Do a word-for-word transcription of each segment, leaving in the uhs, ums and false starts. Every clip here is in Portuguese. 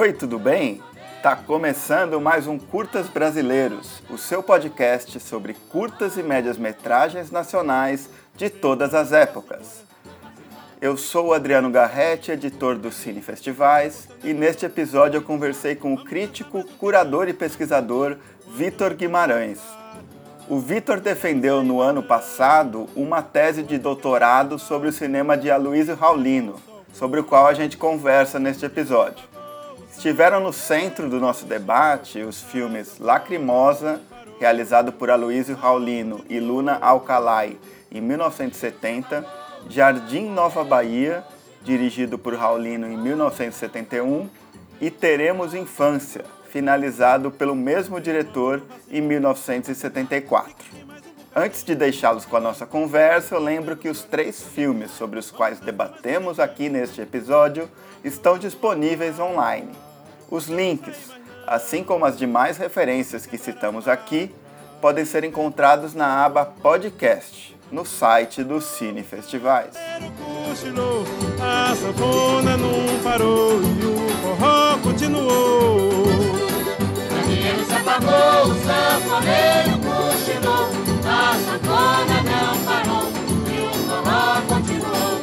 Oi, tudo bem? Tá começando mais um Curtas Brasileiros, o seu podcast sobre curtas e médias-metragens nacionais de todas as épocas. Eu sou o Adriano Garretti, editor do Cine Festivais, e neste episódio eu conversei com o crítico, curador e pesquisador Vitor Guimarães. O Vitor defendeu no ano passado uma tese de doutorado sobre o cinema de Aloysio Raulino, sobre o qual a gente conversa neste episódio. Estiveram no centro do nosso debate os filmes Lacrimosa, realizado por Aloysio Raulino e Luna Alcalay em mil novecentos e setenta, Jardim Nova Bahia, dirigido por Raulino em mil novecentos e setenta e um, e Teremos Infância, finalizado pelo mesmo diretor em mil novecentos e setenta e quatro. Antes de deixá-los com a nossa conversa, eu lembro que os três filmes sobre os quais debatemos aqui neste episódio estão disponíveis online. Os links, assim como as demais referências que citamos aqui, podem ser encontrados na aba Podcast, no site do Cine Festivais. A sanfona não parou e o forró continuou. O dinheiro se apagou, o sanfoneiro cochilou. A sanfona não parou e o forró continuou.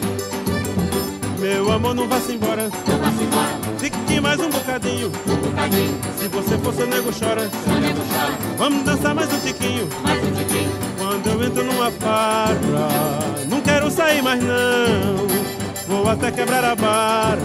Meu amor, não vá-se embora, não vá-se embora. Fique mais um bocadinho, um bocadinho. Se você for, seu nego chora, seu nego chora. Vamos dançar mais um tiquinho, mais um tiquinho. Quando eu entro numa farra, não quero sair mais não. Vou até quebrar a barra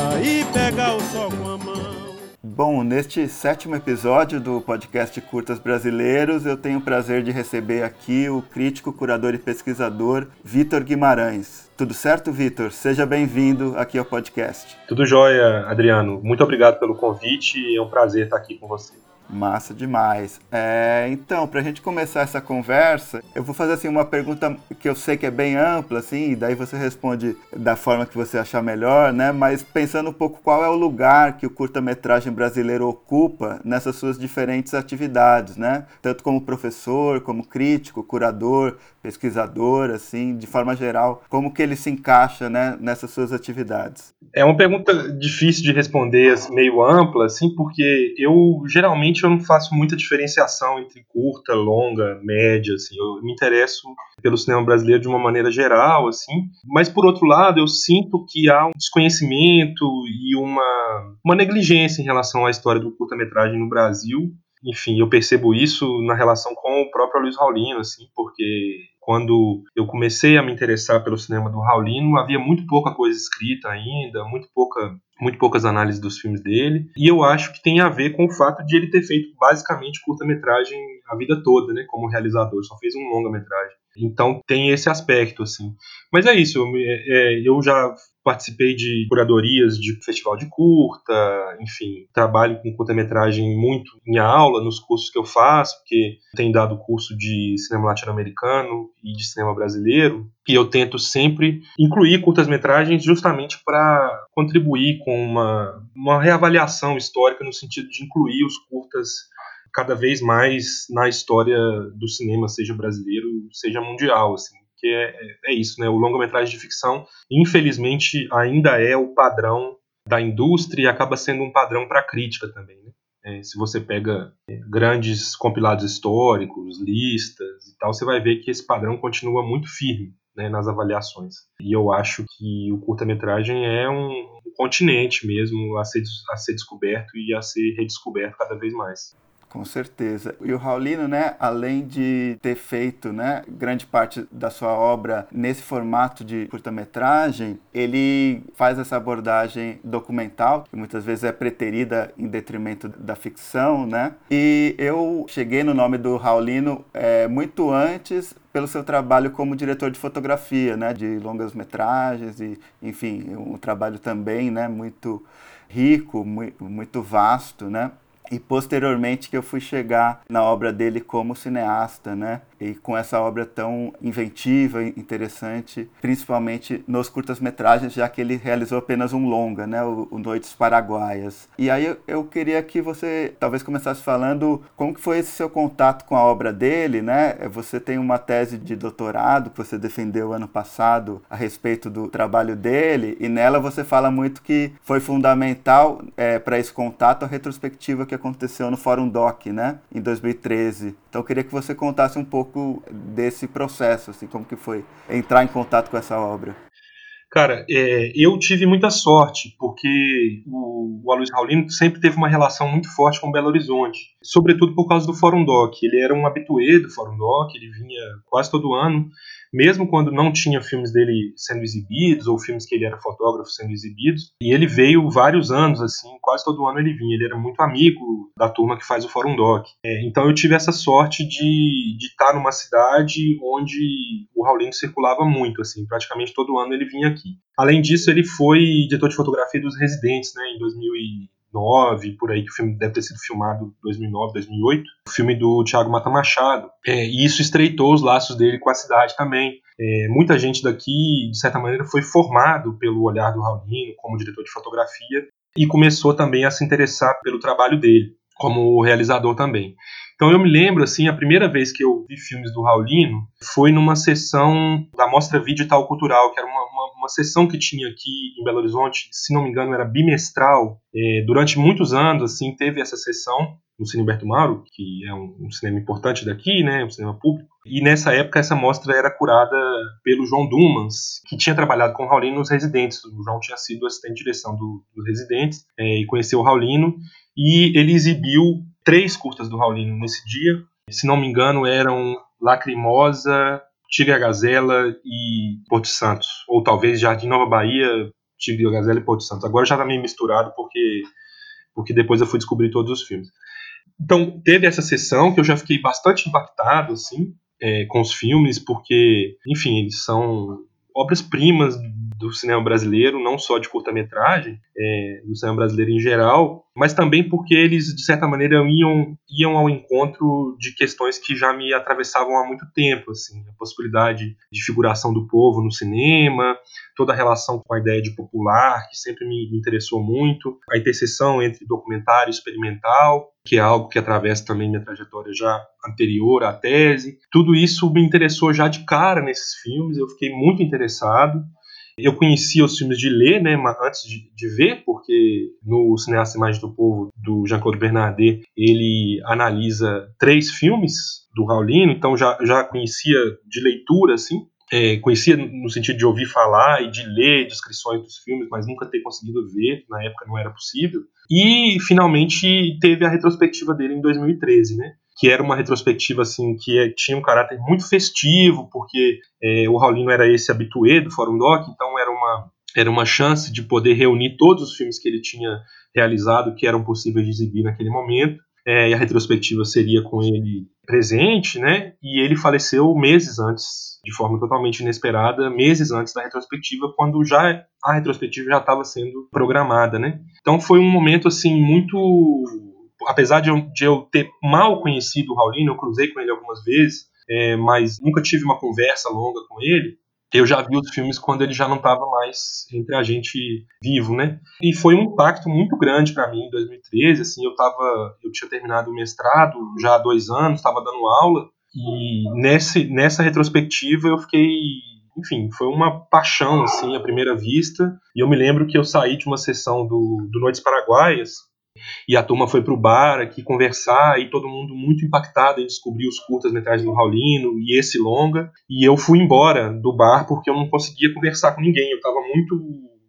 e pegar o sol com a mão. Bom, neste sétimo episódio do podcast Curtas Brasileiros, eu tenho o prazer de receber aqui o crítico, curador e pesquisador Vitor Guimarães. Tudo certo, Vitor? Seja bem-vindo aqui ao podcast. Tudo jóia, Adriano. Muito obrigado pelo convite. É um prazer estar aqui com você. Massa demais. É, então, para a gente começar essa conversa, eu vou fazer assim, uma pergunta que eu sei que é bem ampla, assim, e daí você responde da forma que você achar melhor, né? Mas pensando um pouco qual é o lugar que o curta-metragem brasileiro ocupa nessas suas diferentes atividades, né? Tanto como professor, como crítico, curador, pesquisador, assim, de forma geral, como que ele se encaixa, né, nessas suas atividades? É uma pergunta difícil de responder, meio ampla, assim, porque eu, geralmente, eu não faço muita diferenciação entre curta, longa, média, assim, eu me interesso pelo cinema brasileiro de uma maneira geral, assim, mas, por outro lado, eu sinto que há um desconhecimento e uma, uma negligência em relação à história do curta-metragem no Brasil. Enfim, eu percebo isso na relação com o próprio Aloysio Raulino, assim, porque quando eu comecei a me interessar pelo cinema do Raulino, havia muito pouca coisa escrita ainda, muito, pouca, muito poucas análises dos filmes dele, e eu acho que tem a ver com o fato de ele ter feito basicamente curta-metragem a vida toda, né, como realizador, só fez um longa-metragem. Então tem esse aspecto, assim. Mas é isso, eu, é, eu já participei de curadorias de festival de curta, enfim, trabalho com curta-metragem muito em aula, nos cursos que eu faço, porque tenho dado curso de cinema latino-americano e de cinema brasileiro, e eu tento sempre incluir curtas-metragens justamente para contribuir com uma, uma reavaliação histórica no sentido de incluir os curtas cada vez mais na história do cinema, seja brasileiro, seja mundial, assim. Que é, é isso, né? O longa-metragem de ficção, infelizmente, ainda é o padrão da indústria e acaba sendo um padrão para a crítica também, né? É, se você pega é, grandes compilados históricos, listas e tal, você vai ver que esse padrão continua muito firme, né, nas avaliações. E eu acho que o curta-metragem é um, um continente mesmo a ser, a ser descoberto e a ser redescoberto cada vez mais. Com certeza. E o Raulino, né, além de ter feito, né, grande parte da sua obra nesse formato de curta-metragem, ele faz essa abordagem documental, que muitas vezes é preterida em detrimento da ficção, né? E eu cheguei no nome do Raulino é, muito antes pelo seu trabalho como diretor de fotografia, né, de longas-metragens e, enfim, um trabalho também, né, muito rico, muito, muito vasto, né? E posteriormente que eu fui chegar na obra dele como cineasta, né? e com essa obra tão inventiva, interessante, principalmente nos curtas-metragens, já que ele realizou apenas um longa, né, o, o Noites Paraguaias. E aí eu, eu queria que você talvez começasse falando como que foi esse seu contato com a obra dele, né? Você tem uma tese de doutorado que você defendeu ano passado a respeito do trabalho dele, e nela você fala muito que foi fundamental é, para esse contato a retrospectiva que aconteceu no Fórum Doc, né, em dois mil e treze. Então eu queria que você contasse um pouco desse processo, assim, como que foi entrar em contato com essa obra. Cara, é, eu tive muita sorte, porque o, o Aloysio Raulino sempre teve uma relação muito forte com Belo Horizonte, sobretudo por causa do Fórum Doc. Ele era um habitué do Fórum Doc, ele vinha quase todo ano, mesmo quando não tinha filmes dele sendo exibidos, ou filmes que ele era fotógrafo sendo exibidos, e ele veio vários anos, assim, quase todo ano ele vinha, ele era muito amigo da turma que faz o Fórum Doc. É, então eu tive essa sorte de, de estar numa cidade onde o Raulino circulava muito, assim, praticamente todo ano ele vinha aqui. Além disso, ele foi diretor de fotografia dos Residentes, né, em dois mil e nove, por aí, que o filme deve ter sido filmado em dois mil e nove, dois mil e oito, o filme do Thiago Mata Machado, é, e isso estreitou os laços dele com a cidade também. É, muita gente daqui, de certa maneira, foi formado pelo olhar do Raulino como diretor de fotografia e começou também a se interessar pelo trabalho dele, como realizador também. Então eu me lembro, assim, a primeira vez que eu vi filmes do Raulino foi numa sessão da Mostra Vídeo e Tal Cultural, que era uma, uma, uma sessão que tinha aqui em Belo Horizonte, se não me engano era bimestral. É, durante muitos anos, assim, teve essa sessão no Cine Humberto Mauro, que é um, um cinema importante daqui, né, um cinema público. E nessa época essa mostra era curada pelo João Dumans, que tinha trabalhado com o Raulino nos Residentes. O João tinha sido assistente de direção do, dos Residentes é, e conheceu o Raulino, e ele exibiu três curtas do Raulino nesse dia. Se não me engano, eram Lacrimosa, Tigre e a Gazela e Porto Santos. Ou talvez Jardim Nova Bahia, Tigre e a Gazela e Porto Santos. Agora já tá meio misturado, porque, porque depois eu fui descobrir todos os filmes. Então, teve essa sessão que eu já fiquei bastante impactado, assim, é, com os filmes, porque, enfim, eles são obras-primas do cinema brasileiro, não só de curta-metragem, é, do cinema brasileiro em geral, mas também porque eles, de certa maneira, iam, iam ao encontro de questões que já me atravessavam há muito tempo, assim, a possibilidade de figuração do povo no cinema, toda a relação com a ideia de popular, que sempre me, me interessou muito, a interseção entre documentário e experimental, que é algo que atravessa também minha trajetória já anterior à tese. Tudo isso me interessou já de cara nesses filmes, eu fiquei muito interessado. Eu conhecia os filmes de ler, né, antes de, de ver, porque no Cineasta Imagem do Povo, do Jean-Claude Bernardet, ele analisa três filmes do Raulino, então já, já conhecia de leitura, assim, é, conhecia no sentido de ouvir falar e de ler descrições dos filmes, mas nunca ter conseguido ver, na época não era possível. E, finalmente, teve a retrospectiva dele em dois mil e treze, né? Que era uma retrospectiva assim, que é, tinha um caráter muito festivo, porque é, o Raulino era esse habitué do Fórum Doc, então era uma, era uma chance de poder reunir todos os filmes que ele tinha realizado, que eram possíveis de exibir naquele momento, é, e a retrospectiva seria com ele presente, né? E ele faleceu meses antes, de forma totalmente inesperada, meses antes da retrospectiva, quando já a retrospectiva já estava sendo programada, né? Então foi um momento assim muito... Apesar de eu, de eu ter mal conhecido o Raulino, eu cruzei com ele algumas vezes, é, mas nunca tive uma conversa longa com ele, eu já vi os filmes quando ele já não estava mais entre a gente vivo, né? E foi um impacto muito grande para mim em dois mil e treze, assim, eu tava, eu tinha terminado o mestrado já há dois anos, estava dando aula, e nesse, nessa retrospectiva eu fiquei... Enfim, foi uma paixão, assim, à primeira vista, e eu me lembro que eu saí de uma sessão do, do Noites Paraguaias, e a turma foi pro bar aqui conversar, e todo mundo muito impactado em descobrir os curtas-metragens do Raulino e esse longa, e eu fui embora do bar porque eu não conseguia conversar com ninguém, eu estava muito,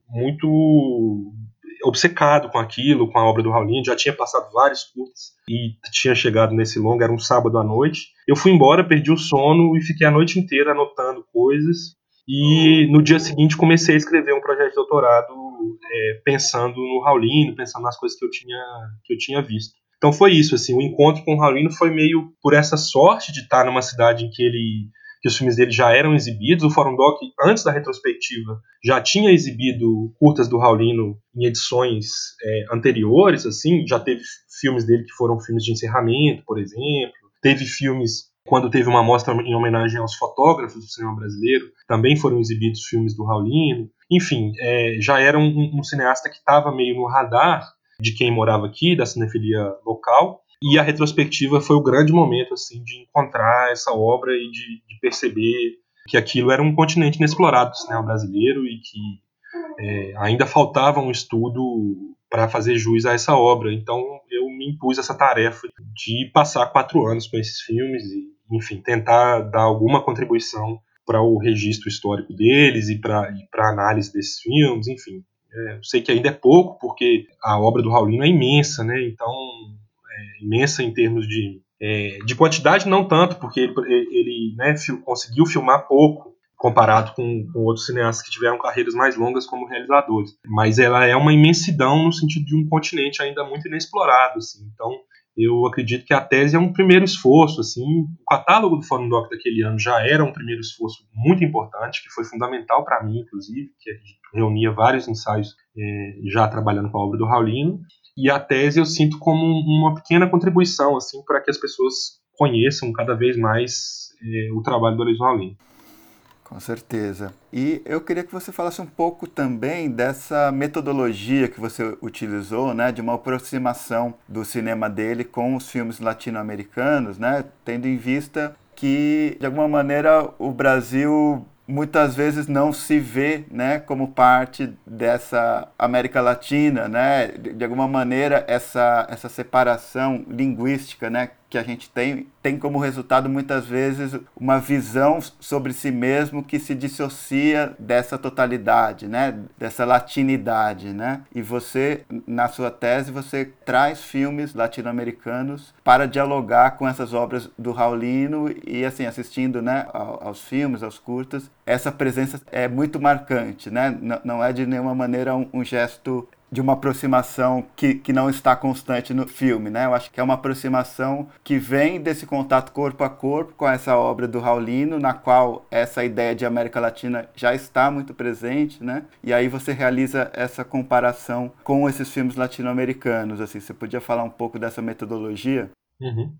muito obcecado com aquilo, com a obra do Raulino, já tinha passado vários curtas e tinha chegado nesse longa, era um sábado à noite. Eu fui embora, perdi o sono e fiquei a noite inteira anotando coisas, e no dia seguinte comecei a escrever um projeto de doutorado é, pensando no Raulino, pensando nas coisas que eu tinha, que eu tinha visto. Então foi isso, assim, o encontro com o Raulino foi meio por essa sorte de estar numa cidade em que ele, que os filmes dele já eram exibidos. O Fórum Doc, antes da retrospectiva, já tinha exibido curtas do Raulino em edições é, anteriores, assim, já teve filmes dele que foram filmes de encerramento, por exemplo, teve filmes quando teve uma mostra em homenagem aos fotógrafos do cinema brasileiro, também foram exibidos filmes do Raulino. Enfim, é, já era um, um cineasta que estava meio no radar de quem morava aqui, da cinefilia local, e a retrospectiva foi o grande momento assim, de encontrar essa obra e de, de perceber que aquilo era um continente inexplorado do cinema brasileiro e que é, ainda faltava um estudo para fazer jus a essa obra. Então eu me impus essa tarefa de passar quatro anos com esses filmes e, enfim, tentar dar alguma contribuição para o registro histórico deles e para a análise desses filmes, enfim. É, eu sei que ainda é pouco, porque a obra do Raulino é imensa, né? Então, é imensa em termos de, é, de quantidade, não tanto, porque ele, ele né, fil, conseguiu filmar pouco, comparado com, com outros cineastas que tiveram carreiras mais longas como realizadores. Mas ela é uma imensidão no sentido de um continente ainda muito inexplorado, assim. Então, eu acredito que a tese é um primeiro esforço, assim. O catálogo do Fórum Doc daquele ano já era um primeiro esforço muito importante, que foi fundamental para mim, inclusive, que reunia vários ensaios é, já trabalhando com a obra do Raulino. E a tese eu sinto como uma pequena contribuição, assim, para que as pessoas conheçam cada vez mais é, o trabalho do Aloysio Raulino. Com certeza. E eu queria que você falasse um pouco também dessa metodologia que você utilizou, né, de uma aproximação do cinema dele com os filmes latino-americanos, né, tendo em vista que, de alguma maneira, o Brasil muitas vezes não se vê, né, como parte dessa América Latina, né, de, de alguma maneira essa, essa separação linguística, né, que a gente tem, tem como resultado muitas vezes uma visão sobre si mesmo que se dissocia dessa totalidade, né, dessa latinidade, né, e você, na sua tese, você traz filmes latino-americanos para dialogar com essas obras do Raulino e, assim, assistindo, né, aos filmes, aos curtas, essa presença é muito marcante, né, não é de nenhuma maneira um, um gesto de uma aproximação que, que não está constante no filme, né? Eu acho que é uma aproximação que vem desse contato corpo a corpo com essa obra do Raulino, na qual essa ideia de América Latina já está muito presente, né? E aí você realiza essa comparação com esses filmes latino-americanos, assim. Você podia falar um pouco dessa metodologia? Uhum.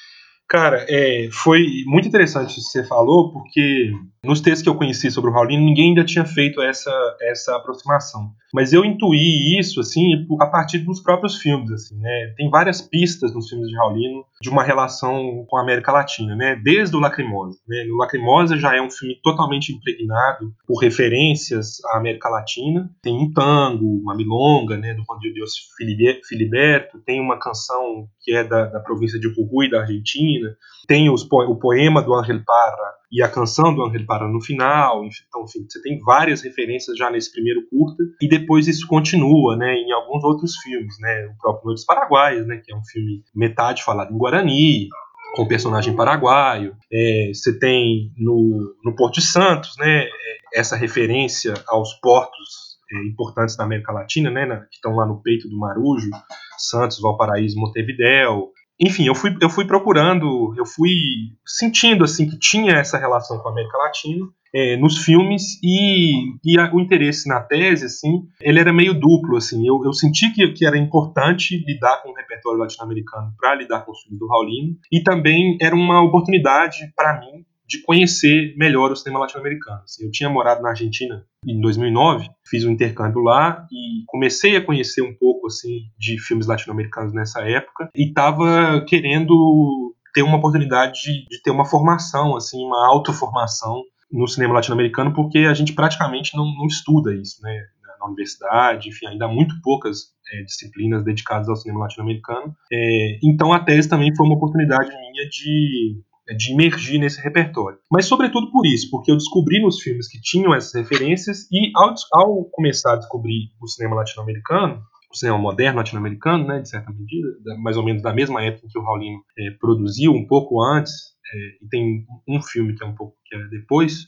Cara, é, foi muito interessante isso que você falou, porque nos textos que eu conheci sobre o Raulino, ninguém ainda tinha feito essa, essa aproximação. Mas eu intuí isso, assim, a partir dos próprios filmes, assim, né? Tem várias pistas nos filmes de Raulino de uma relação com a América Latina, né? Desde o Lacrimosa, né? O Lacrimosa já é um filme totalmente impregnado por referências à América Latina. Tem um tango, uma milonga, né? Do Juan de Dios Filiberto. Tem uma canção que é da, da província de Jujuy, da Argentina. Tem os, o poema do Ángel Parra e a canção do Ángel Parra no final. Então, enfim, você tem várias referências já nesse primeiro curta, e depois isso continua, né, em alguns outros filmes, né, o próprio Noites Paraguaias, né, que é um filme metade falado em Guarani, com personagem paraguaio. É, você tem no, no Porto de Santos, né, essa referência aos portos é, importantes da América Latina, né, na, que estão lá no peito do Marujo, Santos, Valparaíso, Montevidéu. Enfim, eu fui, eu fui procurando, eu fui sentindo assim que tinha essa relação com a América Latina é, nos filmes, e, e a, o interesse na tese, assim, ele era meio duplo, assim. Eu, eu senti que, que era importante lidar com o repertório latino-americano para lidar com os filmes do Raulino, e também era uma oportunidade para mim de conhecer melhor o cinema latino-americano. Assim, eu tinha morado na Argentina em dois mil e nove, fiz um intercâmbio lá e comecei a conhecer um pouco assim de filmes latino-americanos nessa época, e estava querendo ter uma oportunidade de, de ter uma formação, assim, uma autoformação no cinema latino-americano, porque a gente praticamente não, não estuda isso, né, na universidade, enfim, ainda há muito poucas é, disciplinas dedicadas ao cinema latino-americano. É, então a tese também foi uma oportunidade minha de de imergir nesse repertório. Mas sobretudo por isso, porque eu descobri nos filmes que tinham essas referências, e ao, ao começar a descobrir o cinema latino-americano, o cinema moderno latino-americano, né, de certa medida, mais ou menos da mesma época em que o Raulino é, produziu, um pouco antes, é, e tem um filme que é um pouco que é depois,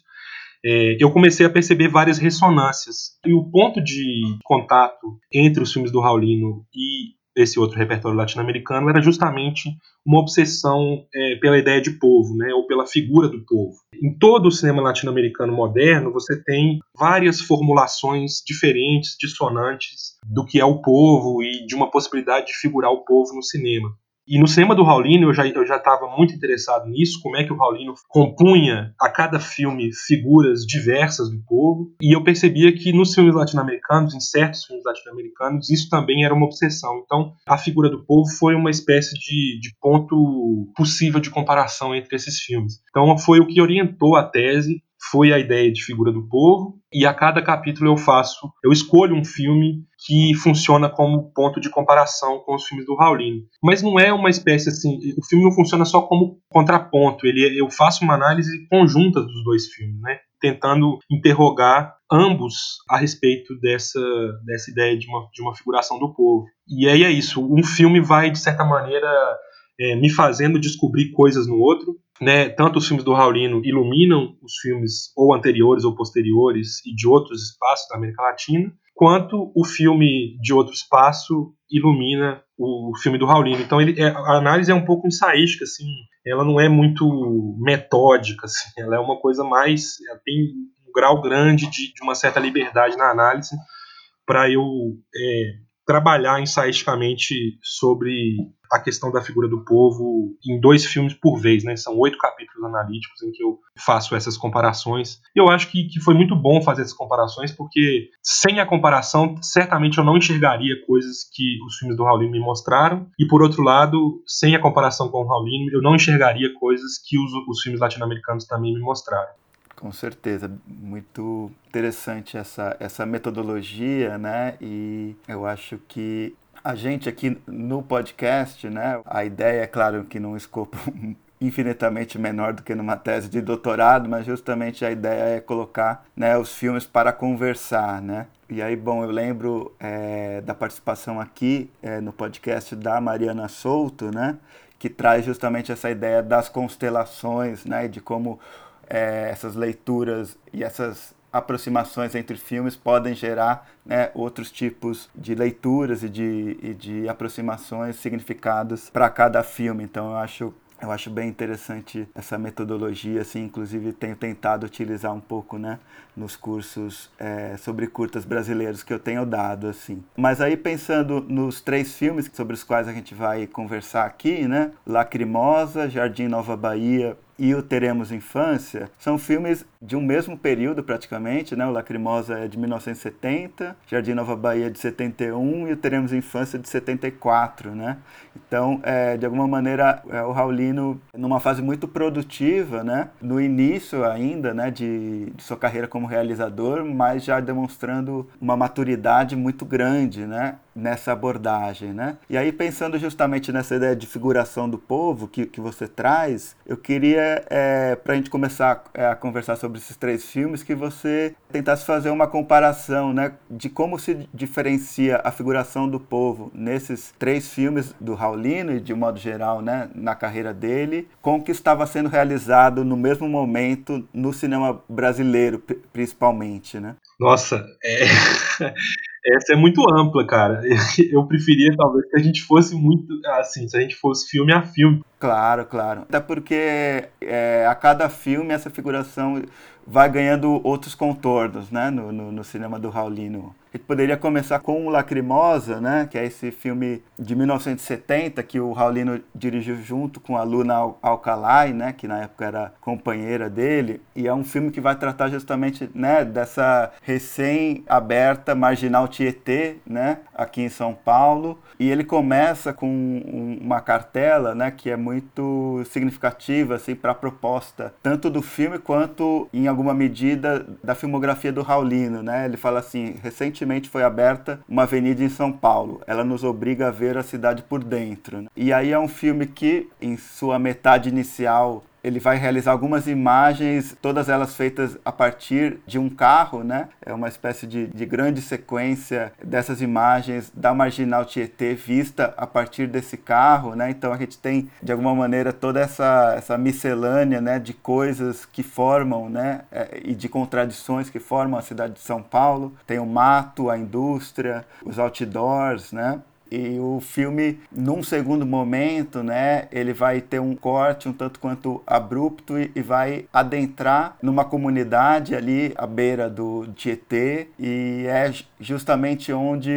é, eu comecei a perceber várias ressonâncias. E o ponto de contato entre os filmes do Raulino e esse outro repertório latino-americano era justamente uma obsessão é, pela ideia de povo, né, ou pela figura do povo. Em todo o cinema latino-americano moderno, você tem várias formulações diferentes, dissonantes, do que é o povo e de uma possibilidade de figurar o povo no cinema. E no cinema do Raulino eu já eu já estava muito interessado nisso, como é que o Raulino compunha a cada filme figuras diversas do povo, e eu percebia que nos filmes latino-americanos, em certos filmes latino-americanos, isso também era uma obsessão. Então a figura do povo foi uma espécie de, de ponto possível de comparação entre esses filmes. Então foi o que orientou a tese, foi a ideia de figura do povo, e a cada capítulo eu faço, eu escolho um filme que funciona como ponto de comparação com os filmes do Raulino. Mas não é uma espécie assim, o filme não funciona só como contraponto, ele, eu faço uma análise conjunta dos dois filmes, né? Tentando interrogar ambos a respeito dessa, dessa ideia de uma, de uma figuração do povo. E aí é isso, um filme vai, de certa maneira, é, me fazendo descobrir coisas no outro, né? Tanto os filmes do Raulino iluminam os filmes ou anteriores ou posteriores e de outros espaços da América Latina, quanto o filme de outro espaço ilumina o filme do Raulino. Então ele, a análise é um pouco ensaística, assim, ela não é muito metódica, assim, ela é uma coisa mais, ela tem um grau grande de, de uma certa liberdade na análise para eu é, trabalhar ensaísticamente sobre a questão da figura do povo em dois filmes por vez, né? São oito capítulos analíticos em que eu faço essas comparações. E eu acho que, que foi muito bom fazer essas comparações, porque sem a comparação, certamente eu não enxergaria coisas que os filmes do Raulino me mostraram, e por outro lado, sem a comparação com o Raulino, eu não enxergaria coisas que os, os filmes latino-americanos também me mostraram. Com certeza, muito interessante essa, essa metodologia, né? E eu acho que a gente aqui no podcast, né? A ideia é claro que num escopo infinitamente menor do que numa tese de doutorado, mas justamente a ideia é colocar, né, os filmes para conversar, né? E aí, bom, eu lembro é, da participação aqui é, no podcast da Mariana Souto, né? Que traz justamente essa ideia das constelações, né? De como É, essas leituras e essas aproximações entre filmes podem gerar, né, outros tipos de leituras e de, e de aproximações, significados para cada filme. Então eu acho, eu acho bem interessante essa metodologia, assim, inclusive tenho tentado utilizar um pouco, né, nos cursos é, sobre curtas brasileiros que eu tenho dado, assim. Mas aí pensando nos três filmes sobre os quais a gente vai conversar aqui, né, Lacrimosa, Jardim Nova Bahia e o Teremos Infância, são filmes de um mesmo período praticamente, né? O Lacrimosa é de mil novecentos e setenta, Jardim Nova Bahia é de setenta e um e o Teremos Infância é de setenta e quatro, né? Então, é, de alguma maneira, é, o Raulino, numa fase muito produtiva, né? No início ainda, né, de, de sua carreira como realizador, mas já demonstrando uma maturidade muito grande, né, nessa abordagem, né? E aí, pensando justamente nessa ideia de figuração do povo que, que você traz, eu queria, é, para a gente começar a conversar sobre esses três filmes, que você tentasse fazer uma comparação, né, de como se diferencia a figuração do povo nesses três filmes do Raulino e, de um modo geral, né, na carreira dele, com o que estava sendo realizado no mesmo momento no cinema brasileiro, principalmente, né? Nossa, é... essa é muito ampla, cara. Eu preferia, talvez, que a gente fosse muito, assim, se a gente fosse filme a filme. Claro, claro. Até porque é, a cada filme essa figuração vai ganhando outros contornos, né, no, no, no cinema do Raulino. A gente poderia começar com o Lacrimosa, né, que é esse filme de mil novecentos e setenta que o Raulino dirigiu junto com a Luna Alcalay, né, que na época era companheira dele, e é um filme que vai tratar justamente, né, dessa recém-aberta Marginal Tietê, né, aqui em São Paulo, e ele começa com um, uma cartela, né, que é muito significativa assim, para a proposta, tanto do filme quanto, em alguma medida, da filmografia do Raulino, né? Ele fala assim: recentemente foi aberta uma avenida em São Paulo, ela nos obriga a ver a cidade por dentro, né? E aí é um filme que, em sua metade inicial, ele vai realizar algumas imagens, todas elas feitas a partir de um carro, né? É uma espécie de, de grande sequência dessas imagens da Marginal Tietê vista a partir desse carro, né? Então a gente tem, de alguma maneira, toda essa, essa miscelânea, né, de coisas que formam, né, e de contradições que formam a cidade de São Paulo. Tem o mato, a indústria, os outdoors, né? E o filme, num segundo momento, né, ele vai ter um corte um tanto quanto abrupto e, e vai adentrar numa comunidade ali à beira do Tietê, e é justamente onde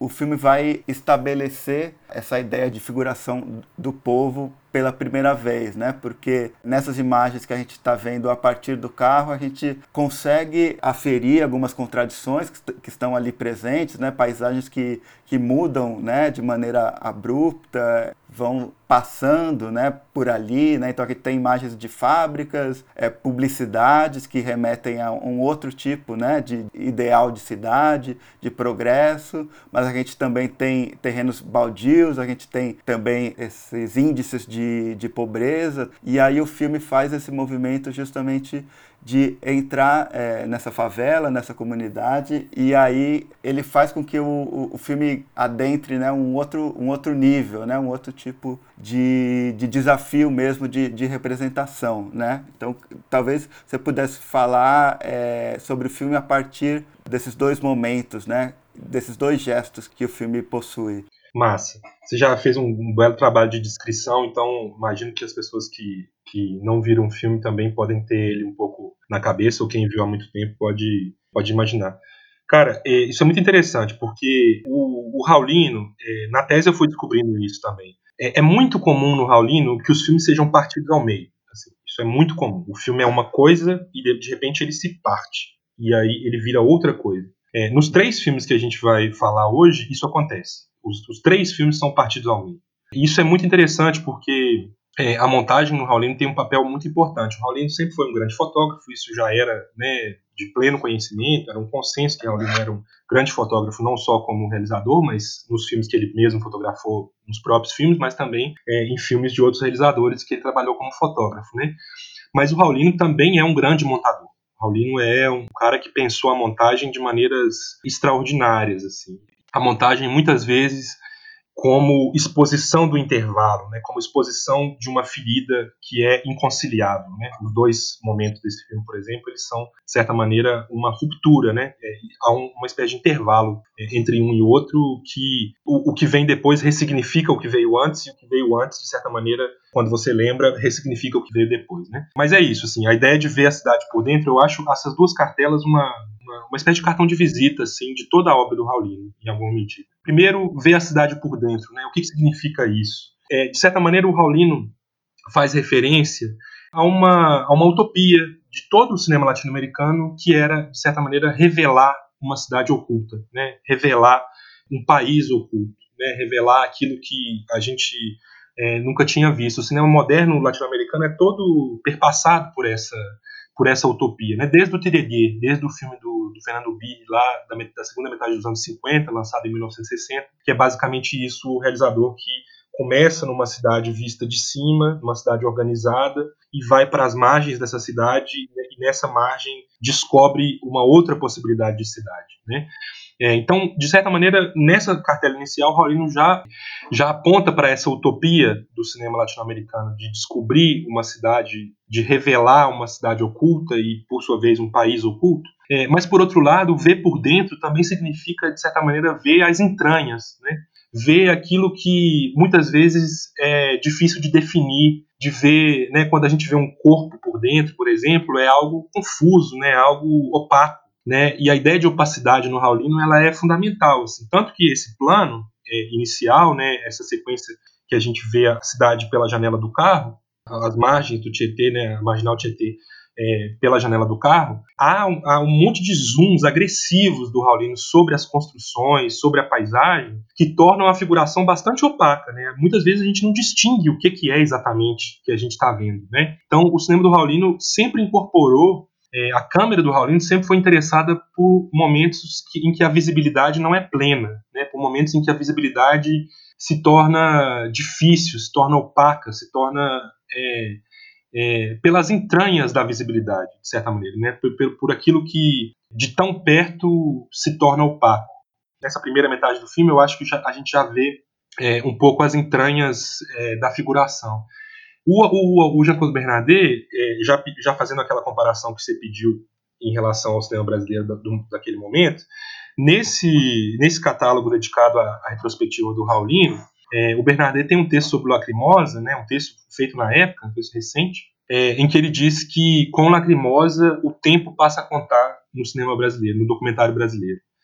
o filme vai estabelecer essa ideia de figuração do povo pela primeira vez, né? Porque nessas imagens que a gente está vendo a partir do carro, a gente consegue aferir algumas contradições que, que estão ali presentes, né? Paisagens que, que mudam, né? De maneira abrupta, vão passando, né? Por ali, né? Então aqui tem imagens de fábricas, é, publicidades que remetem a um outro tipo, né? De ideal de cidade, de progresso, mas a gente também tem terrenos baldios, a gente tem também esses índices de De, de pobreza, e aí o filme faz esse movimento justamente de entrar é, nessa favela, nessa comunidade, e aí ele faz com que o, o, o filme adentre, né, um, outro, um outro nível, né, um outro tipo de, de desafio mesmo de, de representação, né? Então talvez você pudesse falar é, sobre o filme a partir desses dois momentos, né, desses dois gestos que o filme possui. Massa. Você já fez um, um belo trabalho de descrição, então imagino que as pessoas que, que não viram o filme também podem ter ele um pouco na cabeça, ou quem viu há muito tempo pode, pode imaginar. Cara, é, isso é muito interessante, porque o, o Raulino, é, na tese eu fui descobrindo isso também. É, é muito comum no Raulino que os filmes sejam partidos ao meio. Assim, isso é muito comum. O filme é uma coisa e de, de repente ele se parte. E aí ele vira outra coisa. É, nos três filmes que a gente vai falar hoje, isso acontece. Os, os três filmes são partidos ao meio. E isso é muito interessante porque é, a montagem no Raulino tem um papel muito importante. O Raulino sempre foi um grande fotógrafo, isso já era, né, de pleno conhecimento, era um consenso que o Raulino era um grande fotógrafo, não só como realizador, mas nos filmes que ele mesmo fotografou, nos próprios filmes, mas também é, em filmes de outros realizadores que ele trabalhou como fotógrafo, né? Mas o Raulino também é um grande montador. O Raulino é um cara que pensou a montagem de maneiras extraordinárias, assim. A montagem, muitas vezes, como exposição do intervalo, né? Como exposição de uma ferida que é inconciliável, né? Os dois momentos desse filme, por exemplo, eles são, de certa maneira, uma ruptura, né? É, há um, uma espécie de intervalo é, entre um e outro, que o, o que vem depois ressignifica o que veio antes, e o que veio antes, de certa maneira, quando você lembra, ressignifica o que veio depois, né? Mas é isso, assim, a ideia de ver a cidade por dentro, eu acho essas duas cartelas uma, uma, uma espécie de cartão de visita, assim, de toda a obra do Raulino, em alguma medida. Primeiro, ver a cidade por dentro, né? O que, que significa isso? É, de certa maneira, o Raulino faz referência a uma, a uma utopia de todo o cinema latino-americano, que era, de certa maneira, revelar uma cidade oculta, né? Revelar um país oculto, né? Revelar aquilo que a gente é, nunca tinha visto. O cinema moderno latino-americano é todo perpassado por essa, por essa utopia, né? Desde o Tiregué, desde o filme do, do Fernando Birri, lá da, da segunda metade dos anos cinquenta, lançado em mil novecentos e sessenta, que é basicamente isso, o realizador que começa numa cidade vista de cima, numa cidade organizada, e vai para as margens dessa cidade, e nessa margem descobre uma outra possibilidade de cidade, né? É, então, de certa maneira, nessa cartela inicial, o Raulino já, já aponta para essa utopia do cinema latino-americano de descobrir uma cidade, de revelar uma cidade oculta e, por sua vez, um país oculto. É, mas, por outro lado, ver por dentro também significa, de certa maneira, ver as entranhas, né? Ver aquilo que muitas vezes é difícil de definir, de ver, né, quando a gente vê um corpo por dentro, por exemplo, é algo confuso, né, algo opaco, né, e a ideia de opacidade no Raulino ela é fundamental, assim, tanto que esse plano é, inicial, né, essa sequência que a gente vê a cidade pela janela do carro, as margens do Tietê, né, a marginal Tietê, É, pela janela do carro, há um, há um monte de zooms agressivos do Raulino sobre as construções, sobre a paisagem, que tornam a figuração bastante opaca, né? Muitas vezes a gente não distingue o que, que é exatamente que a gente está vendo, né? Então, o cinema do Raulino sempre incorporou, é, a câmera do Raulino sempre foi interessada por momentos que, em que a visibilidade não é plena, né? Por momentos em que a visibilidade se torna difícil, se torna opaca, se torna... É, É, pelas entranhas da visibilidade, de certa maneira, né? por, por, por aquilo que de tão perto se torna opaco. Nessa primeira metade do filme, eu acho que já, a gente já vê é, um pouco as entranhas é, da figuração. O, o, o Jean-Claude Bernardet, é, já, já fazendo aquela comparação que você pediu em relação ao cinema brasileiro da, do, daquele momento, nesse, nesse catálogo dedicado à, à retrospectiva do Raulino, É, o Bernardet tem um texto sobre Lacrimosa, né, um texto feito na época, um texto recente, é, em que ele diz que com Lacrimosa o tempo passa a contar no cinema brasileiro, no documentário brasileiro.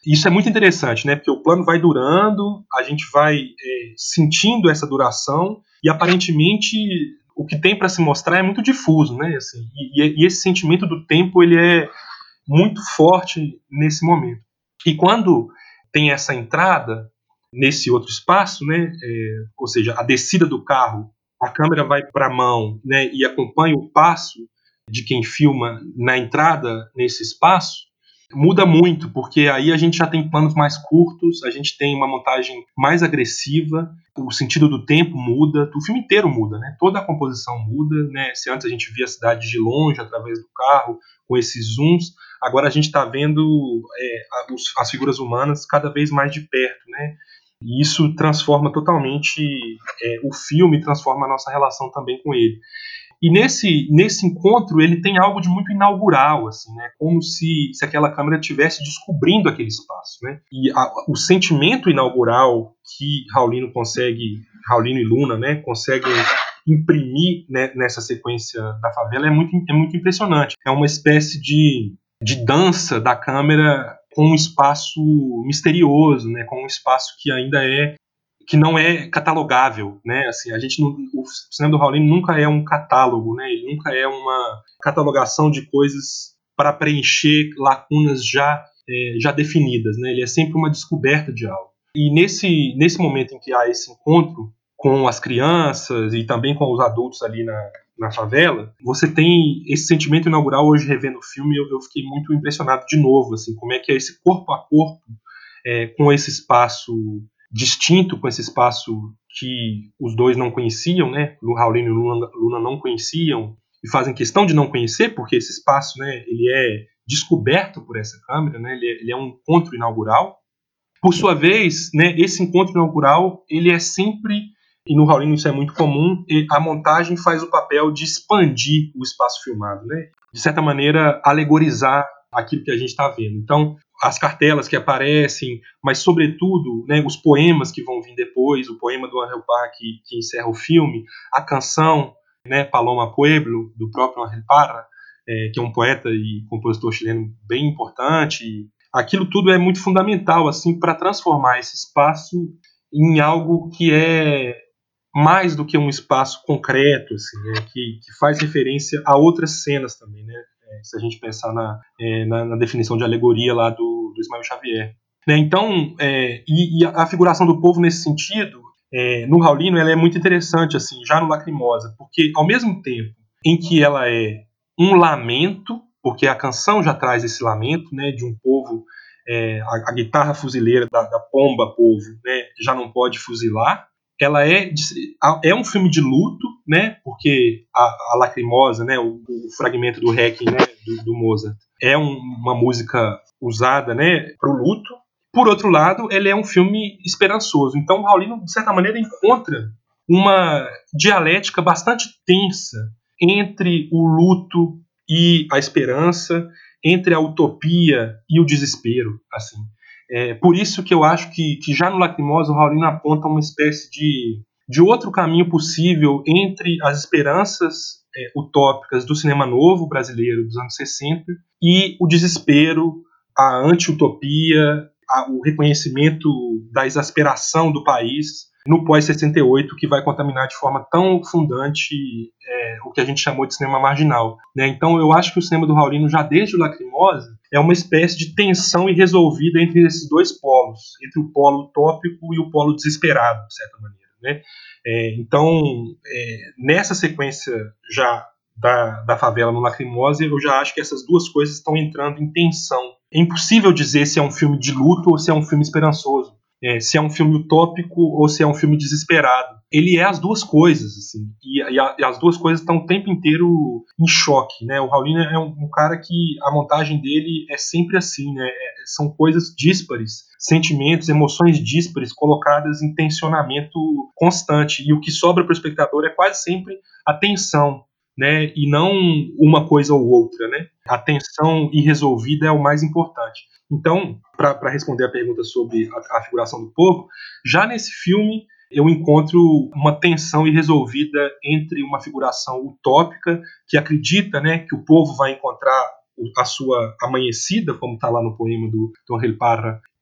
isso é muito interessante, né? Porque o plano vai durando, a gente vai é, sentindo essa duração e aparentemente o que tem para se mostrar é muito difuso, né? Assim, e, e esse sentimento do tempo ele é muito forte nesse momento. E quando tem essa entrada nesse outro espaço, né? É, ou seja, a descida do carro, a câmera vai para a mão, né? E acompanha o passo de quem filma na entrada nesse espaço. Muda muito, porque aí a gente já tem planos mais curtos, a gente tem uma montagem mais agressiva, o sentido do tempo muda, o filme inteiro muda, né? Toda a composição muda, né? Se antes a gente via a cidade de longe, através do carro, com esses zooms, agora a gente está vendo é, as figuras humanas cada vez mais de perto, né? E isso transforma totalmente é, o filme, transforma a nossa relação também com ele. E nesse, nesse encontro ele tem algo de muito inaugural, assim, né? Como se, se aquela câmera estivesse descobrindo aquele espaço, né? E a, o sentimento inaugural que Raulino consegue, Raulino e Luna, né, conseguem imprimir, né, nessa sequência da favela é muito, é muito impressionante. É uma espécie de, de dança da câmera com um espaço misterioso, né? Com um espaço que ainda é que não é catalogável, né? Assim, a gente não, o cinema do Raulino nunca é um catálogo, né? Ele nunca é uma catalogação de coisas para preencher lacunas já é, já definidas, né? Ele é sempre uma descoberta de algo. E nesse nesse momento em que há esse encontro com as crianças e também com os adultos ali na na favela, você tem esse sentimento inaugural. Hoje revendo o filme, eu, eu fiquei muito impressionado de novo, assim, como é que é esse corpo a corpo é, com esse espaço distinto, com esse espaço que os dois não conheciam, né? O Raulino e o Luna, Luna não conheciam e fazem questão de não conhecer, porque esse espaço, né, ele é descoberto por essa câmera, né? Ele é, ele é um encontro inaugural. Por sua vez, né, esse encontro inaugural, ele é sempre, e no Raulino isso é muito comum, a montagem faz o papel de expandir o espaço filmado, né? De certa maneira, alegorizar aquilo que a gente está vendo. Então, as cartelas que aparecem, mas sobretudo, né, os poemas que vão vir depois, o poema do Ángel Parra que, que encerra o filme, a canção, né, Paloma Pueblo, do próprio Ángel Parra, é, que é um poeta e compositor chileno bem importante. Aquilo tudo é muito fundamental assim para transformar esse espaço em algo que é mais do que um espaço concreto, assim, né, que, que faz referência a outras cenas também, né? Se a gente pensar na, é, na, na definição de alegoria lá do, do Ismael Xavier. Né, então, é, e, e a figuração do povo nesse sentido, é, no Raulino, ela é muito interessante, assim, já no Lacrimosa, porque ao mesmo tempo em que ela é um lamento, porque a canção já traz esse lamento, né, de um povo, é, a, a guitarra fuzileira da, da pomba povo, né, já não pode fuzilar. Ela é, é um filme de luto, né? Porque a, a Lacrimosa, né? O, o fragmento do Requiem, né? do, do Mozart, é um, uma música usada, né? Para o luto. Por outro lado, ele é um filme esperançoso. Então, o Raulino, de certa maneira, encontra uma dialética bastante tensa entre o luto e a esperança, entre a utopia e o desespero, assim. É, por isso que eu acho que, que já no Lacrimosa o Raulino aponta uma espécie de, de outro caminho possível entre as esperanças é, utópicas do cinema novo brasileiro dos anos sessenta e o desespero, a anti-utopia, a, o reconhecimento da exasperação do país no pós-sessenta e oito, que vai contaminar de forma tão fundante é, o que a gente chamou de cinema marginal. Né? Então eu acho que o cinema do Raulino, já desde o Lacrimosa, é uma espécie de tensão irresolvida entre esses dois polos, entre o polo utópico e o polo desesperado, de certa maneira. Né? É, então, é, nessa sequência já da, da favela no Lacrimosa, eu já acho que essas duas coisas estão entrando em tensão. É impossível dizer se é um filme de luto ou se é um filme esperançoso. É, se é um filme utópico ou se é um filme desesperado. Ele é as duas coisas, assim, e, e, a, e as duas coisas estão o tempo inteiro em choque, né? O Raulino é um, um cara que a montagem dele é sempre assim, né? É, são coisas díspares, sentimentos, emoções díspares colocadas em tensionamento constante, e o que sobra para o espectador é quase sempre a tensão, né? E não uma coisa ou outra, né? A tensão irresolvida é o mais importante. Então, para responder a pergunta sobre a, a figuração do povo, já nesse filme eu encontro uma tensão irresolvida entre uma figuração utópica que acredita, né, que o povo vai encontrar a sua amanhecida, como está lá no poema do Tom Parra,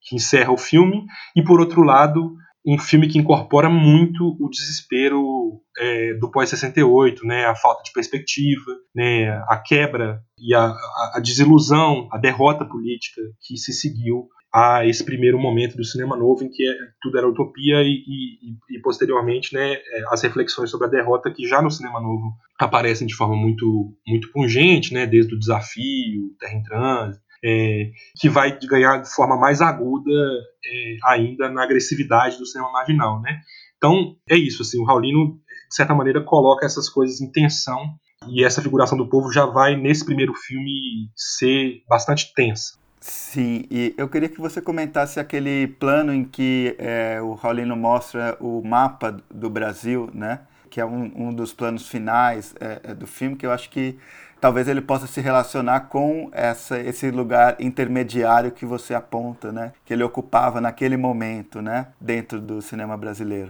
que encerra o filme, e por outro lado, um filme que incorpora muito o desespero é, do pós-sessenta e oito, né, a falta de perspectiva, né, a quebra e a, a, a desilusão, a derrota política que se seguiu a esse primeiro momento do cinema novo, em que tudo era utopia, e, e, e posteriormente, né, as reflexões sobre a derrota que já no cinema novo aparecem de forma muito, muito pungente, né, desde o Desafio, Terra em Trânsito, é, que vai ganhar de forma mais aguda é, ainda na agressividade do cinema marginal, né? Então, é isso, assim, o Raulino, de certa maneira, coloca essas coisas em tensão, e essa figuração do povo já vai, nesse primeiro filme, ser bastante tensa. Sim, e eu queria que você comentasse aquele plano em que é, o Raulino mostra o mapa do Brasil, né? Que é um, um dos planos finais é, do filme, que eu acho que talvez ele possa se relacionar com essa, esse lugar intermediário que você aponta, né? Que ele ocupava naquele momento, né? Dentro do cinema brasileiro.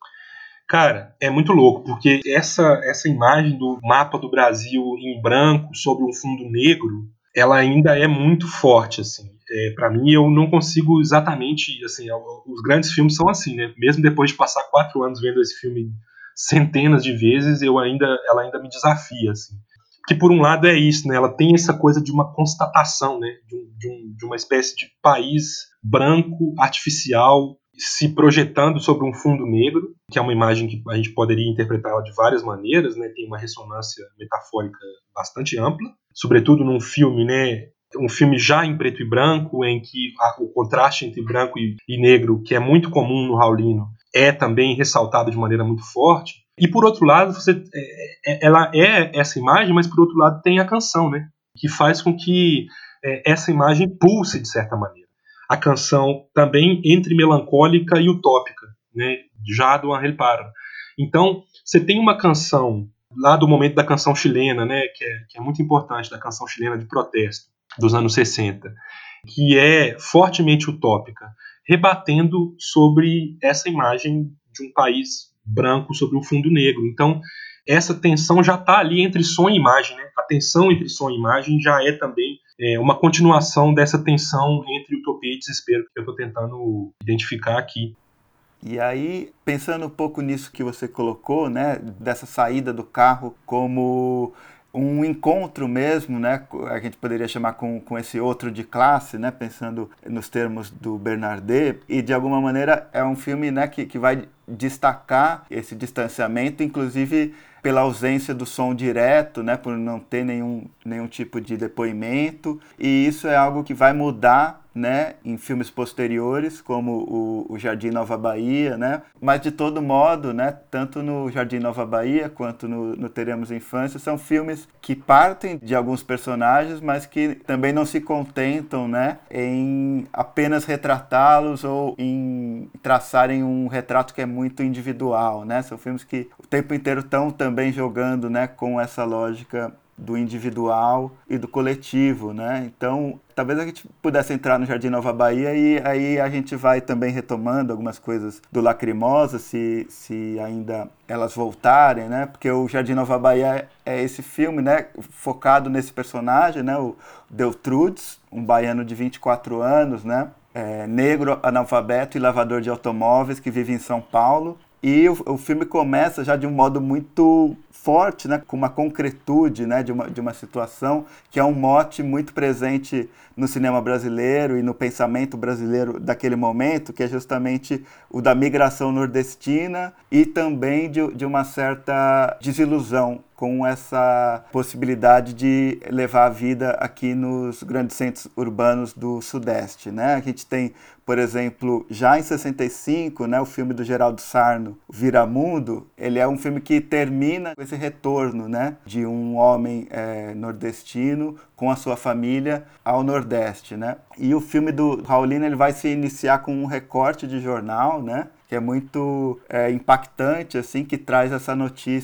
Cara, é muito louco, porque essa, essa imagem do mapa do Brasil em branco sobre um fundo negro, ela ainda é muito forte, assim. É, para mim, eu não consigo exatamente, assim, os grandes filmes são assim, né? Mesmo depois de passar quatro anos vendo esse filme centenas de vezes, eu ainda, ela ainda me desafia, assim. Que por um lado é isso, né? Ela tem essa coisa de uma constatação, né? De, um, de, um, de uma espécie de país branco, artificial, se projetando sobre um fundo negro, que é uma imagem que a gente poderia interpretá-la de várias maneiras, né? Tem uma ressonância metafórica bastante ampla, sobretudo num filme, né? Um filme já em preto e branco, em que a, o contraste entre branco e, e negro, que é muito comum no Raulino, é também ressaltado de maneira muito forte. E por outro lado, você, é, ela é essa imagem, mas por outro lado tem a canção, né? Que faz com que é, essa imagem pulse de certa maneira. A canção também entre melancólica e utópica, né? Já do Henri Parra. Então, você tem uma canção lá do momento da canção chilena, né? Que é, que é muito importante, da canção chilena de protesto dos anos sessenta, que é fortemente utópica, rebatendo sobre essa imagem de um país branco sobre um fundo negro. Então, essa tensão já está ali entre som e imagem, né? A tensão entre som e imagem já é também é, uma continuação dessa tensão entre utopia e desespero que eu estou tentando identificar aqui. E aí, pensando um pouco nisso que você colocou, né, dessa saída do carro como um encontro mesmo, né, a gente poderia chamar com, com esse outro de classe, né, pensando nos termos do Bernardet, e de alguma maneira é um filme, né, que, que vai destacar esse distanciamento, inclusive pela ausência do som direto, né, por não ter nenhum, nenhum tipo de depoimento, e isso é algo que vai mudar, né, em filmes posteriores, como o, o Jardim Nova Bahia, né, mas de todo modo, né, tanto no Jardim Nova Bahia quanto no, no Teremos Infância, são filmes que partem de alguns personagens, mas que também não se contentam, né, em apenas retratá-los ou em traçarem um retrato que é muito individual, né, são filmes que o tempo inteiro estão também jogando, né, com essa lógica do individual e do coletivo, né? Então, talvez a gente pudesse entrar no Jardim Nova Bahia e aí a gente vai também retomando algumas coisas do Lacrimosa, se, se ainda elas voltarem, né? Porque o Jardim Nova Bahia é esse filme, né, focado nesse personagem, né, o Deltrudes, um baiano de vinte e quatro anos, né, é, negro, analfabeto e lavador de automóveis que vive em São Paulo. E o, o filme começa já de um modo muito forte, né, com uma concretude, né, de, uma, de uma situação que é um mote muito presente no cinema brasileiro e no pensamento brasileiro daquele momento, que é justamente o da migração nordestina e também de, de uma certa desilusão com essa possibilidade de levar a vida aqui nos grandes centros urbanos do Sudeste, né? A gente tem, por exemplo, já em sessenta e cinco, né, o filme do Geraldo Sarno, Viramundo, ele é um filme que termina com esse retorno, né, de um homem é, nordestino com a sua família ao Nordeste, né? E o filme do Raulino, ele vai se iniciar com um recorte de jornal, né, que é muito é, impactante, assim, que traz essa notícia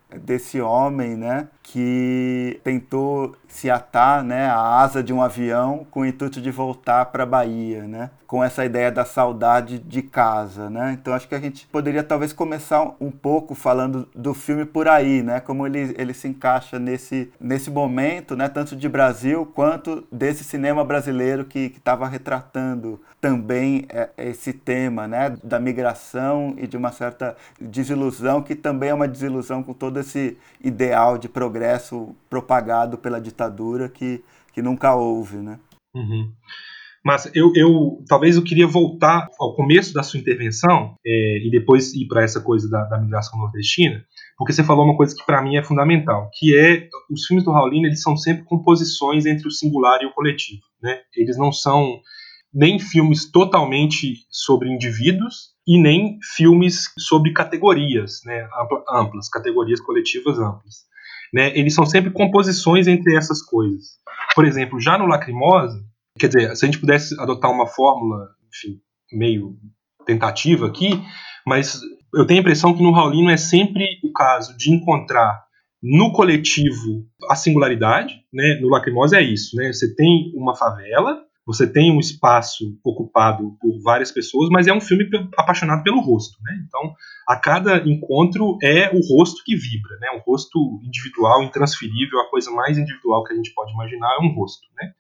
desse homem, né, que tentou se atar, né, à asa de um avião com o intuito de voltar para a Bahia, né, com essa ideia da saudade de casa, né. Então acho que a gente poderia talvez começar um pouco falando do filme por aí, né, como ele, ele se encaixa nesse, nesse momento, né, tanto de Brasil quanto desse cinema brasileiro que estava retratando também esse tema, né, da migração e de uma certa desilusão, que também é uma desilusão com todo esse ideal de progresso propagado pela ditadura que, que nunca houve, né? Uhum. Mas eu, eu talvez eu queria voltar ao começo da sua intervenção é, e depois ir para essa coisa da, da migração nordestina, porque você falou uma coisa que para mim é fundamental, que é os filmes do Raulino, eles são sempre composições entre o singular e o coletivo, né? Eles não são nem filmes totalmente sobre indivíduos e nem filmes sobre categorias, né, amplas, categorias coletivas amplas. Né, eles são sempre composições entre essas coisas. Por exemplo, já no Lacrimosa, quer dizer, se a gente pudesse adotar uma fórmula, enfim, meio tentativa aqui, mas eu tenho a impressão que no Raulino é sempre o caso de encontrar no coletivo a singularidade, né? No Lacrimosa é isso, né? Você tem uma favela, você tem um espaço ocupado por várias pessoas, mas é um filme apaixonado pelo rosto, né? Então, a cada encontro é o rosto que vibra, né? Um rosto individual, intransferível, a coisa mais individual que a gente pode imaginar é um rosto, né?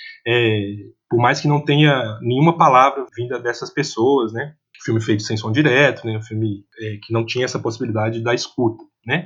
É, por mais que não tenha nenhuma palavra vinda dessas pessoas, né? Filme feito sem som direto, né? Um filme é, que não tinha essa possibilidade da escuta, né?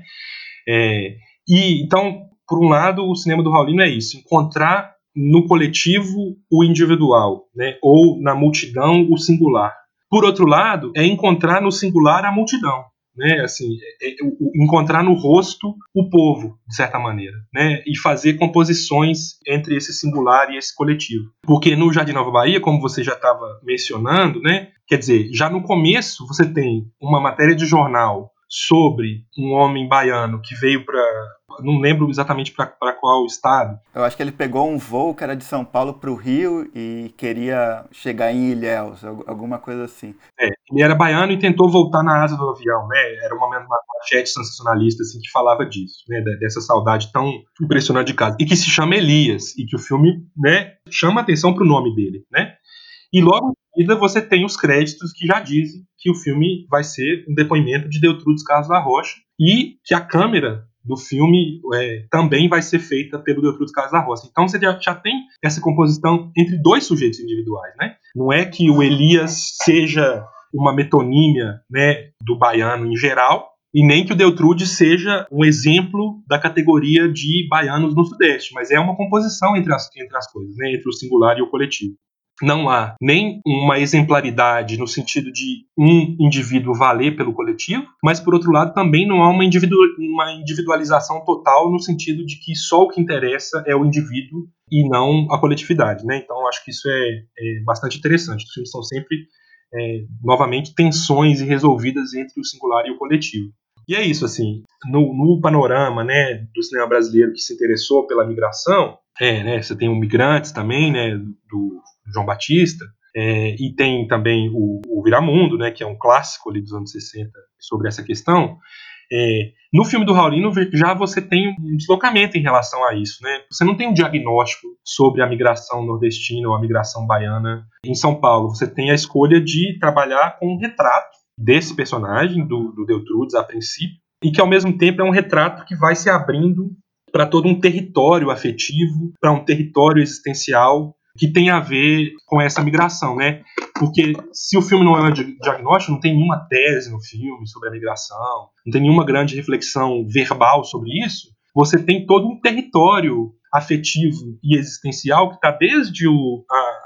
É, e então, por um lado, o cinema do Raulino é isso, encontrar no coletivo o individual, né? Ou na multidão o singular. Por outro lado, é encontrar no singular a multidão, né? Assim, é, é, encontrar no rosto o povo, de certa maneira, né? E fazer composições entre esse singular e esse coletivo. Porque no Jardim Nova Bahia, como você já estava mencionando, né? Quer dizer, já no começo você tem uma matéria de jornal sobre um homem baiano que veio para, não lembro exatamente para qual estado. Eu acho que ele pegou um voo que era de São Paulo para o Rio e queria chegar em Ilhéus, alguma coisa assim. É, ele era baiano e tentou voltar na asa do avião, né? Era uma, uma manchete sensacionalista assim, que falava disso, né? Dessa saudade tão impressionante de casa. E que se chama Elias, e que o filme, né, chama atenção para o nome dele, né? E logo em seguida você tem os créditos que já dizem que o filme vai ser um depoimento de Deltrudes Carlos da Rocha e que a câmera do filme é, também vai ser feita pelo Deltrudes Carlos da Rocha. Então você já, já tem essa composição entre dois sujeitos individuais, né? Não é que o Elias seja uma metonímia, né, do baiano em geral, e nem que o Deltrudes seja um exemplo da categoria de baianos no Sudeste, mas é uma composição entre as, entre as coisas, né, entre o singular e o coletivo. Não há nem uma exemplaridade no sentido de um indivíduo valer pelo coletivo, mas, por outro lado, também não há uma, individu uma individualização total no sentido de que só o que interessa é o indivíduo e não a coletividade, né? Então, acho que isso é, é bastante interessante. Os filmes são sempre, é, novamente, tensões irresolvidas entre o singular e o coletivo. E é isso, assim, no, no panorama, né, do cinema brasileiro que se interessou pela migração, é, né, você tem o Migrantes também, né, do João Batista, é, e tem também o, o Viramundo, né, que é um clássico ali dos anos sessenta sobre essa questão. É, no filme do Raulino já você tem um deslocamento em relação a isso, né? Você não tem um diagnóstico sobre a migração nordestina ou a migração baiana em São Paulo. Você tem a escolha de trabalhar com um retrato desse personagem, do, do Deltrudes, a princípio, e que ao mesmo tempo é um retrato que vai se abrindo para todo um território afetivo, para um território existencial que tem a ver com essa migração, né? Porque se o filme não é um diagnóstico, não tem nenhuma tese no filme sobre a migração, não tem nenhuma grande reflexão verbal sobre isso, você tem todo um território afetivo e existencial que está desde o,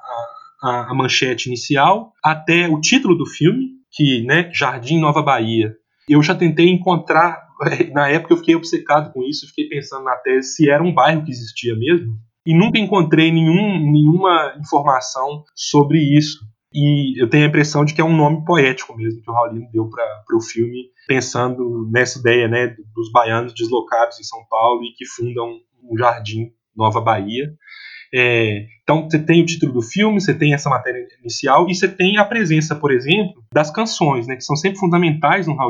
a, a, a manchete inicial até o título do filme, que, né, Jardim Nova Bahia. Eu já tentei encontrar, na época eu fiquei obcecado com isso, fiquei pensando na tese se era um bairro que existia mesmo, e nunca encontrei nenhum, nenhuma informação sobre isso. E eu tenho a impressão de que é um nome poético mesmo que o Raulino deu para o filme, pensando nessa ideia, né, dos baianos deslocados em São Paulo e que fundam o Jardim Nova Bahia. É, então você tem o título do filme, você tem essa matéria inicial e você tem a presença, por exemplo, das canções, né, que são sempre fundamentais no Raulino,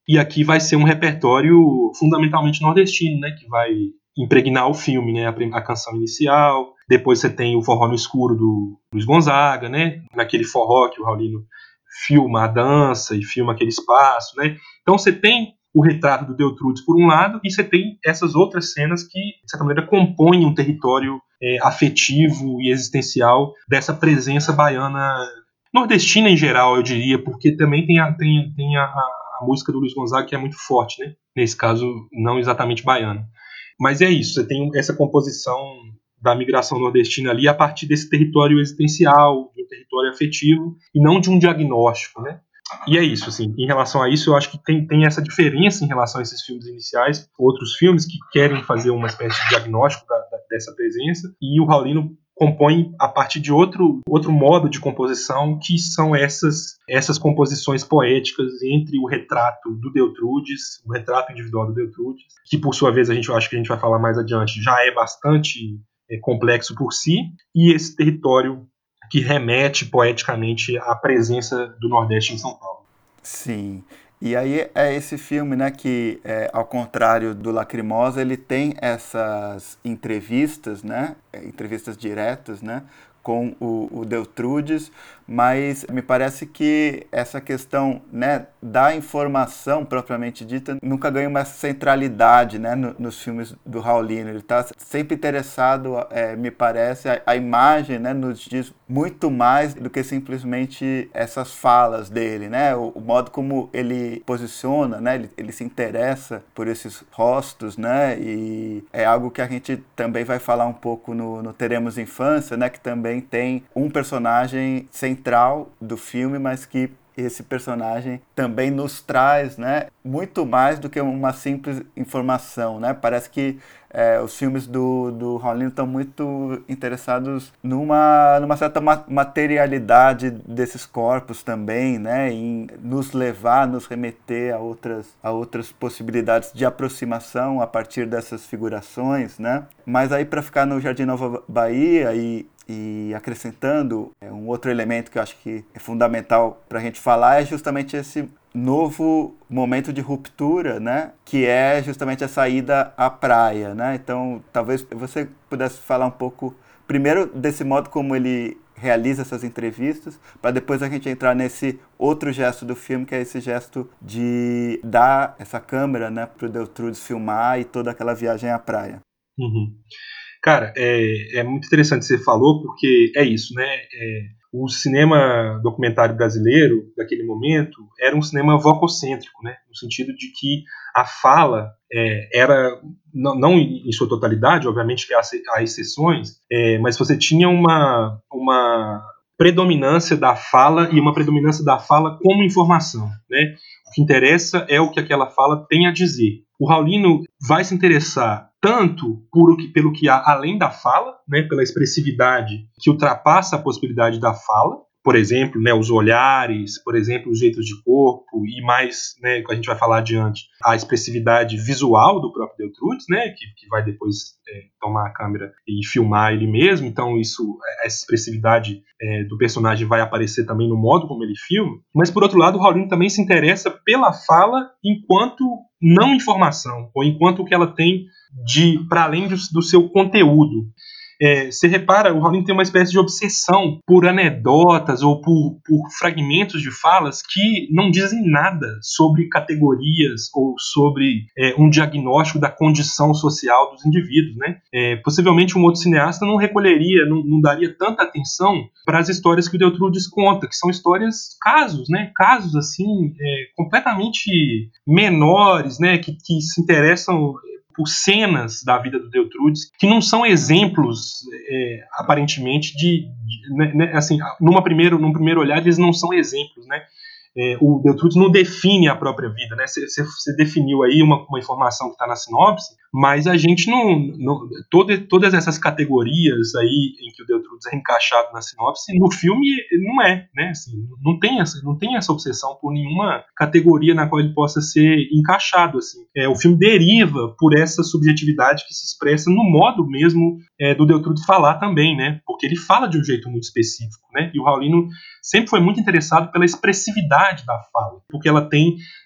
E aqui vai ser um repertório fundamentalmente nordestino, né, que vai impregnar o filme, né, a, a canção inicial, depois você tem o Forró no Escuro do Luiz Gonzaga, né, naquele forró que o Raulino filma a dança e filma aquele espaço, né, então você tem o retrato do Deltrudes por um lado e você tem essas outras cenas que, de certa maneira, compõem um território é, afetivo e existencial dessa presença baiana, nordestina em geral, eu diria, porque também tem a, tem, tem a, a música do Luiz Gonzaga que é muito forte, né, nesse caso não exatamente baiana. Mas é isso, você tem essa composição da migração nordestina ali a partir desse território existencial, de um território afetivo, e não de um diagnóstico, né? E é isso, assim, em relação a isso, eu acho que tem, tem essa diferença em relação a esses filmes iniciais, outros filmes que querem fazer uma espécie de diagnóstico da, da, dessa presença, e o Raulino compõe a partir de outro, outro modo de composição, que são essas, essas composições poéticas entre o retrato do Deltrudes, o retrato individual do Deltrudes, que por sua vez a gente, eu acho que a gente vai falar mais adiante, já é bastante é, complexo por si, e esse território que remete poeticamente à presença do Nordeste em São Paulo. Sim. E aí é esse filme, né, que é, ao contrário do Lacrimosa, ele tem essas entrevistas, né, entrevistas diretas, né, com o, o Deltrudes, mas me parece que essa questão, né, da informação propriamente dita nunca ganha uma centralidade, né, no, nos filmes do Raulino. Ele está sempre interessado, é, me parece, a, a imagem, né, nos diz muito mais do que simplesmente essas falas dele, né, o, o modo como ele posiciona, né, ele, ele se interessa por esses rostos, né, e é algo que a gente também vai falar um pouco no, no Teremos Infância, né, que também tem um personagem central do filme, mas que esse personagem também nos traz, né, muito mais do que uma simples informação, né? Parece que é, os filmes do, do Raulino estão muito interessados numa, numa certa materialidade desses corpos também, né? Em nos levar, nos remeter a outras, a outras possibilidades de aproximação a partir dessas figurações, né? Mas aí, para ficar no Jardim Nova Bahia e E acrescentando, um outro elemento que eu acho que é fundamental para a gente falar é justamente esse novo momento de ruptura, né? Que é justamente a saída à praia, né? Então, talvez você pudesse falar um pouco, primeiro, desse modo como ele realiza essas entrevistas, para depois a gente entrar nesse outro gesto do filme, que é esse gesto de dar essa câmera, né, para o Deltrudes filmar e toda aquela viagem à praia. Uhum. Cara, é, é muito interessante o que você falou, porque é isso, né? É, o cinema documentário brasileiro, daquele momento, era um cinema vococêntrico, né? No sentido de que a fala é, era, não, não em sua totalidade, obviamente que há, há exceções, é, mas você tinha uma, uma predominância da fala e uma predominância da fala como informação, né? O que interessa é o que aquela fala tem a dizer. O Raulino vai se interessar tanto por o que, pelo que há além da fala, né, pela expressividade que ultrapassa a possibilidade da fala, por exemplo, né, os olhares, por exemplo, os jeitos de corpo e mais, né, que a gente vai falar adiante, a expressividade visual do próprio Deltrudes, né, que, que vai depois é, tomar a câmera e filmar ele mesmo. Então isso, essa expressividade é, do personagem vai aparecer também no modo como ele filma. Mas por outro lado, o Raulino também se interessa pela fala enquanto não informação, ou enquanto o que ela tem de para além do, do seu conteúdo. É, você repara, o Raulino tem uma espécie de obsessão por anedotas ou por, por fragmentos de falas que não dizem nada sobre categorias ou sobre é, um diagnóstico da condição social dos indivíduos, né? É, possivelmente um outro cineasta não recolheria, não, não daria tanta atenção para as histórias que o Deltrudes conta, que são histórias, casos, né? Casos assim, é, completamente menores, né? Que, que se interessam por cenas da vida do Deltrudes que não são exemplos é, aparentemente de, de né, assim, numa primeiro, num primeiro olhar eles não são exemplos, né? É, o Deltrudes não define a própria vida, né? Você definiu aí uma, uma informação que está na sinopse, mas a gente não, não toda, todas essas categorias aí em que o Deltrudes é encaixado na sinopse, no filme não é, né? Assim, não tem essa, não tem essa obsessão por nenhuma categoria na qual ele possa ser encaixado, assim. É, o filme deriva por essa subjetividade que se expressa no modo mesmo é, do Deltrudes falar também, né? Porque ele fala de um jeito muito específico, né? E o Raulino sempre foi muito interessado pela expressividade da fala, porque ela tem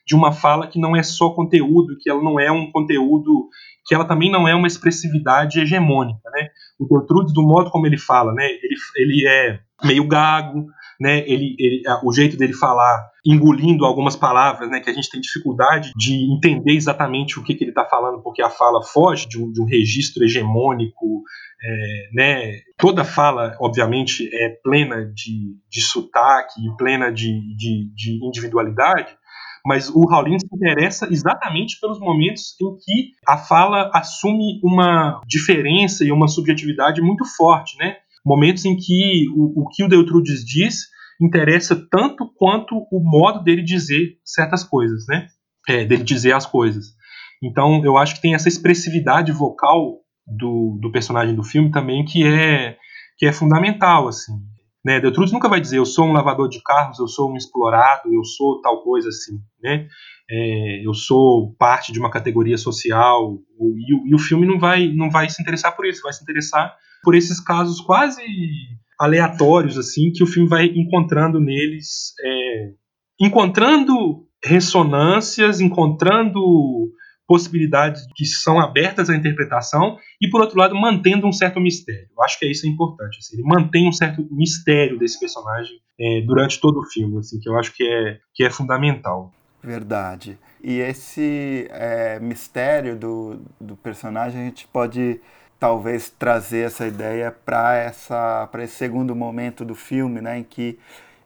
de uma fala que não é só conteúdo, que ela não é um conteúdo, que ela também não é uma expressividade hegemônica, né? O Deltrudes, do modo como ele fala, né, ele, ele é meio gago, né, ele, ele, o jeito dele falar, engolindo algumas palavras, né, que a gente tem dificuldade de entender exatamente o que, que ele está falando, porque a fala foge de um, de um registro hegemônico, é, né, toda fala, obviamente, é plena de, de sotaque, plena de, de, de individualidade, mas o Raulino se interessa exatamente pelos momentos em que a fala assume uma diferença e uma subjetividade muito forte, né? Momentos em que o, o que o Deltrudes diz interessa tanto quanto o modo dele dizer certas coisas, né? É, dele dizer as coisas. Então, eu acho que tem essa expressividade vocal do, do personagem do filme também que é, que é fundamental, assim. Né? Deltrudes nunca vai dizer eu sou um lavador de carros, eu sou um explorado, eu sou tal coisa assim, né? É, eu sou parte de uma categoria social, e o, e o filme não vai, não vai se interessar por isso, vai se interessar por esses casos quase aleatórios assim que o filme vai encontrando neles, é, encontrando ressonâncias, encontrando possibilidades que são abertas à interpretação e, por outro lado, mantendo um certo mistério. Eu acho que isso é importante. Assim, ele mantém um certo mistério desse personagem é, durante todo o filme, assim, que eu acho que é, que é fundamental. Verdade. E esse é, mistério do, do personagem, a gente pode talvez trazer essa ideia para essa para esse segundo momento do filme, né, em que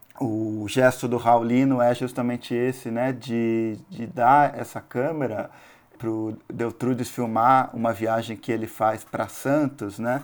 o gesto do Raulino é justamente esse, né, de, de dar essa câmera para o Deltrudes filmar uma viagem que ele faz para Santos, né?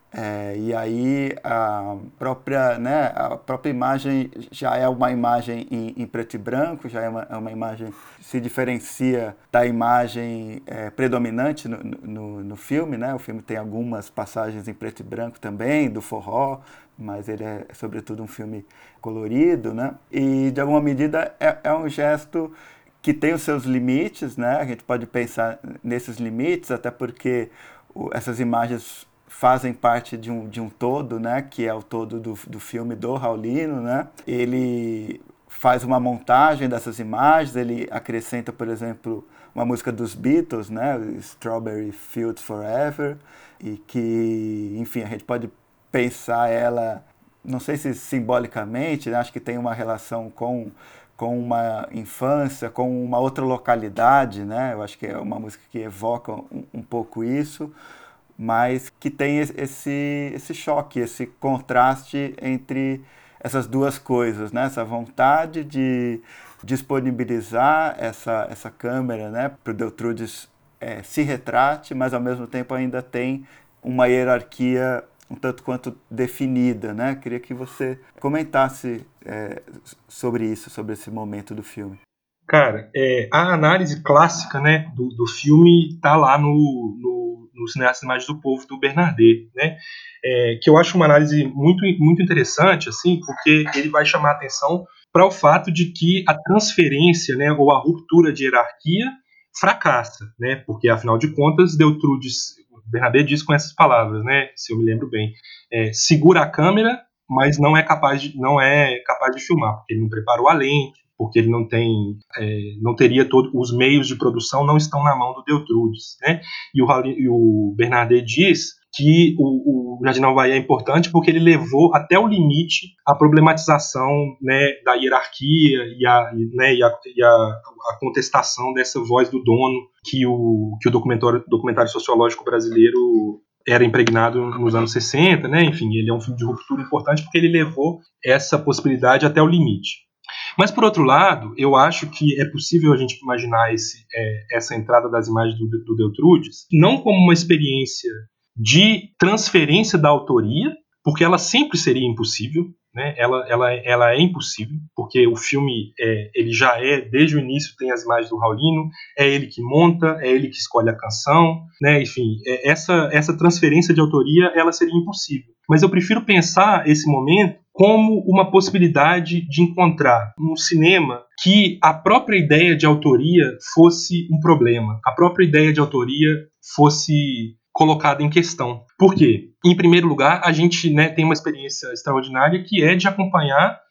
É, e aí a própria, né, a própria imagem já é uma imagem em, em preto e branco, já é uma, é uma imagem que se diferencia da imagem é, predominante no, no, no filme, né? O filme tem algumas passagens em preto e branco também, do forró, mas ele é sobretudo um filme colorido, né? E de alguma medida é, é um gesto que tem os seus limites, né? A gente pode pensar nesses limites, até porque o, essas imagens fazem parte de um, de um todo, né, que é o todo do, do filme do Raulino, né? Ele faz uma montagem dessas imagens, ele acrescenta, por exemplo, uma música dos Beatles, né, Strawberry Fields Forever, e que, enfim, a gente pode pensar ela, não sei se simbolicamente, né, acho que tem uma relação com com uma infância, com uma outra localidade, né? Eu acho que é uma música que evoca um, um pouco isso, mas que tem esse, esse choque, esse contraste entre essas duas coisas, né? Essa vontade de disponibilizar essa, essa câmera, né, para o Deltrudes é, se retrate, mas ao mesmo tempo ainda tem uma hierarquia um tanto quanto definida, né? Queria que você comentasse é, sobre isso, sobre esse momento do filme. Cara, é, a análise clássica, né, do, do filme está lá no, no, no Cineastas Imagens do Povo, do Bernardet, né? É, que eu acho uma análise muito, muito interessante, assim, porque ele vai chamar a atenção para o fato de que a transferência, né, ou a ruptura de hierarquia fracassa, né? Porque, afinal de contas, Deltrudes, Bernardet diz com essas palavras, né, se eu me lembro bem, é, segura a câmera, mas não é capaz de, não é capaz de filmar, porque ele não preparou a lente, porque ele não tem, é, não teria todo, os meios de produção não estão na mão do Deltrudes, né? E o, e o Bernardet diz que o, o Jardim da Bahia é importante porque ele levou até o limite a problematização, né, da hierarquia e, a, né, e, a, e a, a contestação dessa voz do dono que o, que o documentário, documentário sociológico brasileiro era impregnado nos anos sessenta, né? Enfim, ele é um filme de ruptura importante porque ele levou essa possibilidade até o limite. Mas, por outro lado, eu acho que é possível a gente imaginar esse, é, essa entrada das imagens do, do Deltrudes não como uma experiência de transferência da autoria, porque ela sempre seria impossível, né? ela, ela, ela é impossível, porque o filme é, ele já é, desde o início, tem as imagens do Raulino, é ele que monta, é ele que escolhe a canção, né? Enfim, é, essa, essa transferência de autoria ela seria impossível. Mas eu prefiro pensar esse momento como uma possibilidade de encontrar um cinema que a própria ideia de autoria fosse um problema, a própria ideia de autoria fosse colocada em questão. Por quê? Em primeiro lugar, a gente, né, tem uma experiência extraordinária que é de acompanhar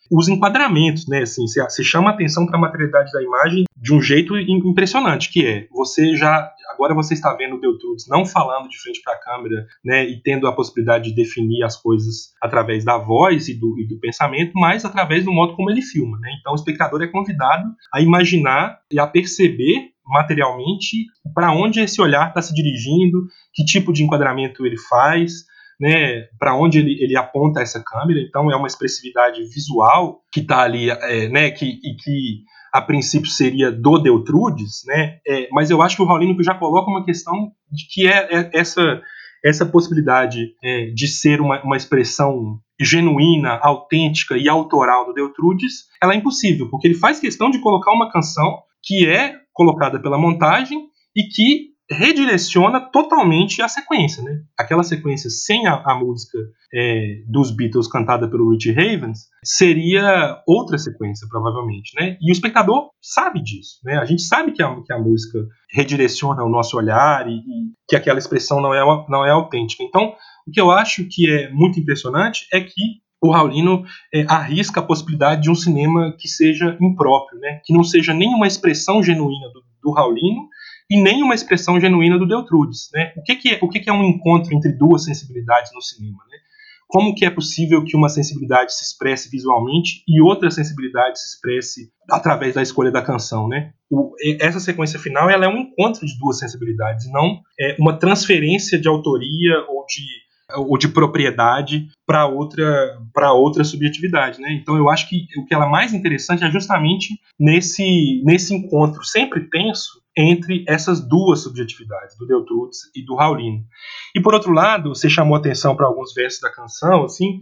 os enquadramentos, né? Assim, você, você chama a atenção para a materialidade da imagem de um jeito impressionante, que é, você já, agora você está vendo o Deltrudes não falando de frente para a câmera, né, e tendo a possibilidade de definir as coisas através da voz e do, e do pensamento, mas através do modo como ele filma, né? Então o espectador é convidado a imaginar e a perceber materialmente para onde esse olhar está se dirigindo, que tipo de enquadramento ele faz, né, para onde ele, ele aponta essa câmera. Então é uma expressividade visual que está ali, é, né, que, e que a princípio seria do Deltrudes, né, é, mas eu acho que o Raulino já coloca uma questão de que é, é essa, essa possibilidade é, de ser uma, uma expressão genuína, autêntica e autoral do Deltrudes, ela é impossível, porque ele faz questão de colocar uma canção que é colocada pela montagem e que redireciona totalmente a sequência, né? Aquela sequência sem a, a música é, dos Beatles cantada pelo Richie Havens seria outra sequência, provavelmente, né? E o espectador sabe disso, né? A gente sabe que a, que a música redireciona o nosso olhar e, e que aquela expressão não é, não é autêntica. Então, o que eu acho que é muito impressionante é que o Raulino é, arrisca a possibilidade de um cinema que seja impróprio, né? Que não seja nenhuma expressão genuína do, do Raulino e nem uma expressão genuína do Deltrudes, né? O que, que, é, o que, que é um encontro entre duas sensibilidades no cinema, né? Como que é possível que uma sensibilidade se expresse visualmente e outra sensibilidade se expresse através da escolha da canção, né? O, essa sequência final, ela é um encontro de duas sensibilidades, não é uma transferência de autoria ou de ou de propriedade para outra, para outra subjetividade, né? Então eu acho que o que ela é mais interessante é justamente nesse, nesse encontro sempre tenso entre essas duas subjetividades, do Deltrudes e do Raulino. E por outro lado, você chamou atenção para alguns versos da canção, assim,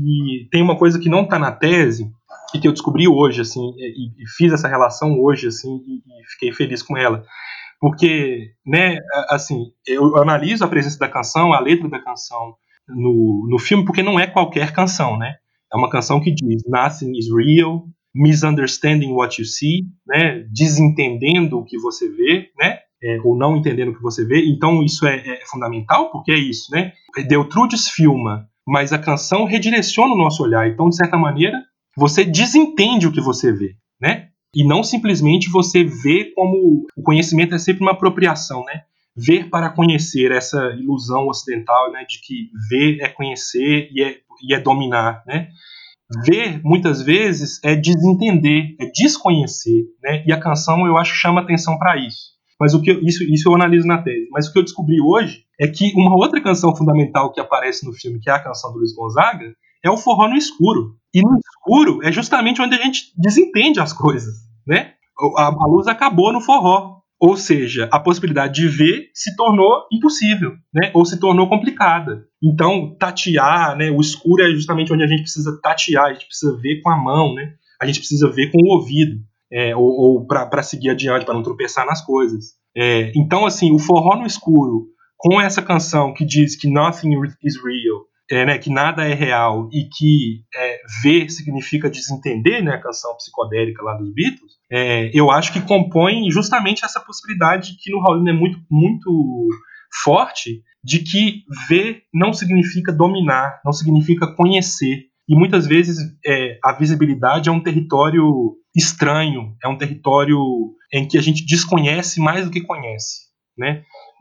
e tem uma coisa que não está na tese e que eu descobri hoje, assim, e, e fiz essa relação hoje, assim, e, e fiquei feliz com ela. Porque, né, assim, eu analiso a presença da canção, a letra da canção no, no filme, porque não é qualquer canção, né? É uma canção que diz Nothing is real, misunderstanding what you see, né? Desentendendo o que você vê, né? É, ou não entendendo o que você vê. Então isso é, é fundamental, porque é isso, né? Deltrudes filma, mas a canção redireciona o nosso olhar. Então, de certa maneira, você desentende o que você vê, né? E não simplesmente você vê como... O conhecimento é sempre uma apropriação, né? Ver para conhecer, essa ilusão ocidental, né, de que ver é conhecer e é, e é dominar, né? Ver, muitas vezes, é desentender, é desconhecer, né? E a canção, eu acho, chama atenção para isso. Mas o que eu, isso, isso eu analiso na tese. Mas o que eu descobri hoje é que uma outra canção fundamental que aparece no filme, que é a canção do Luiz Gonzaga, é o Forró no Escuro. E no escuro é justamente onde a gente desentende as coisas, né? A, a luz acabou no forró. Ou seja, a possibilidade de ver se tornou impossível, né? Ou se tornou complicada. Então, tatear, né? O escuro é justamente onde a gente precisa tatear, a gente precisa ver com a mão, né? A gente precisa ver com o ouvido, é, ou, ou para seguir adiante, para não tropeçar nas coisas. É, então, assim, o Forró no Escuro, com essa canção que diz que nothing is real, É, né, que nada é real e que é, ver significa desentender, né, a canção psicodélica lá dos Beatles, é, eu acho que compõe justamente essa possibilidade que no Raulino é muito, muito forte, de que ver não significa dominar, não significa conhecer. E muitas vezes é, a visibilidade é um território estranho, é um território em que a gente desconhece mais do que conhece, né?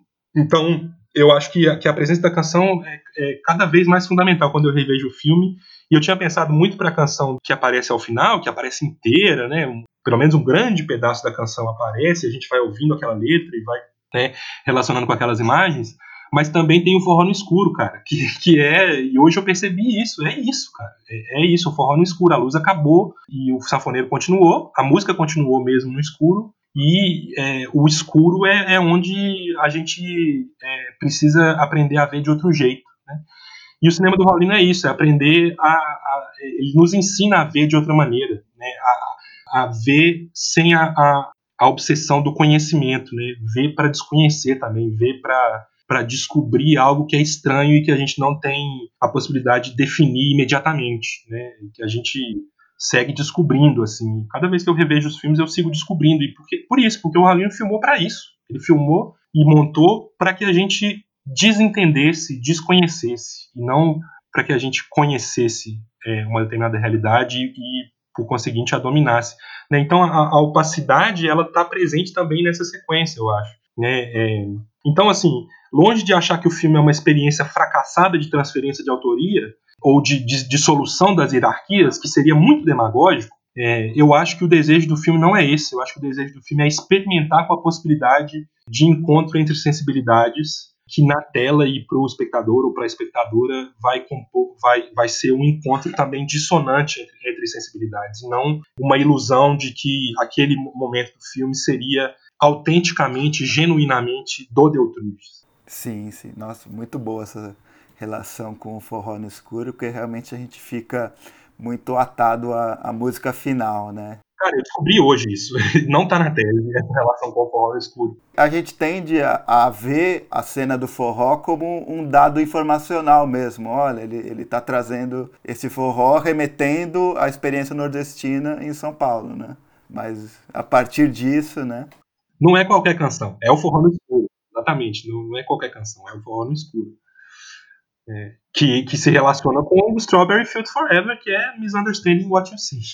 Então, eu acho que a, que a presença da canção é, é cada vez mais fundamental quando eu revejo o filme. E eu tinha pensado muito para a canção que aparece ao final, que aparece inteira, né? Um, pelo menos um grande pedaço da canção aparece, a gente vai ouvindo aquela letra e vai, né, relacionando com aquelas imagens. Mas também tem o Forró no Escuro, cara, que, que é... E hoje eu percebi isso, é isso, cara. É, é isso, o Forró no Escuro. A luz acabou e o sanfoneiro continuou, a música continuou mesmo no escuro. E é, o escuro é, é onde a gente é, precisa aprender a ver de outro jeito, né? E o cinema do Raulino é isso, é aprender a, a... Ele nos ensina a ver de outra maneira, né? A, a ver sem a, a, a obsessão do conhecimento, né? Ver para desconhecer também, ver para para descobrir algo que é estranho e que a gente não tem a possibilidade de definir imediatamente, né? Que a gente segue descobrindo, assim. Cada vez que eu revejo os filmes, eu sigo descobrindo. E porque, por isso, porque o Raulino filmou para isso. Ele filmou e montou para que a gente desentendesse, desconhecesse, e não para que a gente conhecesse é, uma determinada realidade e por conseguinte, a dominasse. Né? Então, a, a opacidade ela está presente também nessa sequência, eu acho. Né? É, então, assim, longe de achar que o filme é uma experiência fracassada de transferência de autoria ou de dissolução das hierarquias, que seria muito demagógico, é, eu acho que o desejo do filme não é esse. Eu acho que o desejo do filme é experimentar com a possibilidade de encontro entre sensibilidades que na tela e para o espectador ou para a espectadora vai, compor, vai, vai ser um encontro também dissonante entre, entre sensibilidades, não uma ilusão de que aquele momento do filme seria autenticamente, genuinamente do Deltrudes. Sim, sim. Nossa, muito boa essa relação com o Forró no Escuro, porque realmente a gente fica muito atado à, à música final, né? Cara, eu descobri hoje isso. Não tá na tese essa relação com o Forró no Escuro. A gente tende a, a ver a cena do forró como um dado informacional mesmo. Olha, ele, ele tá trazendo esse forró remetendo à experiência nordestina em São Paulo, né? Mas a partir disso, né? Não é qualquer canção, é o Forró no Escuro. Exatamente, não é qualquer canção, é o Forró no Escuro. É, que, que se relaciona com o Strawberry Fields Forever, que é Misunderstanding What You See.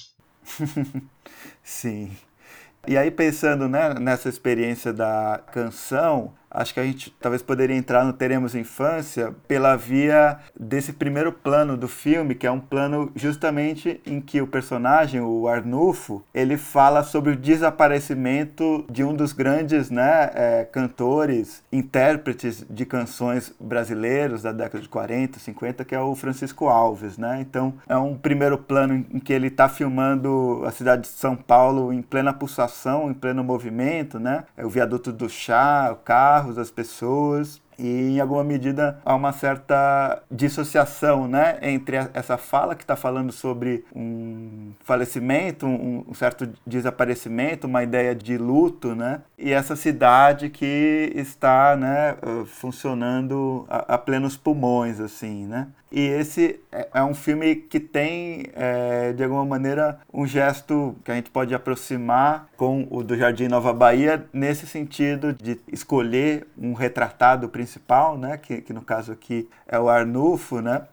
Sim. E aí, pensando, né, nessa experiência da canção, acho que a gente talvez poderia entrar no Teremos Infância pela via desse primeiro plano do filme, que é um plano justamente em que o personagem, o Arnulfo, ele fala sobre o desaparecimento de um dos grandes, né, é, cantores, intérpretes de canções brasileiros da década de quarenta, cinquenta, que é o Francisco Alves, né? Então, é um primeiro plano em que ele está filmando a cidade de São Paulo em plena pulsação, em pleno movimento, né? É o viaduto do chá, o carro, as pessoas, e em alguma medida há uma certa dissociação, né, entre essa fala que está falando sobre um falecimento, um, um certo desaparecimento, uma ideia de luto, né, e essa cidade que está, né, funcionando a, a plenos pulmões, assim, né. E esse é um filme que tem, é, de alguma maneira, um gesto que a gente pode aproximar com o do Jardim Nova Bahia, nesse sentido de escolher um retratado principal, né, que, que no caso aqui é o Arnulfo, né,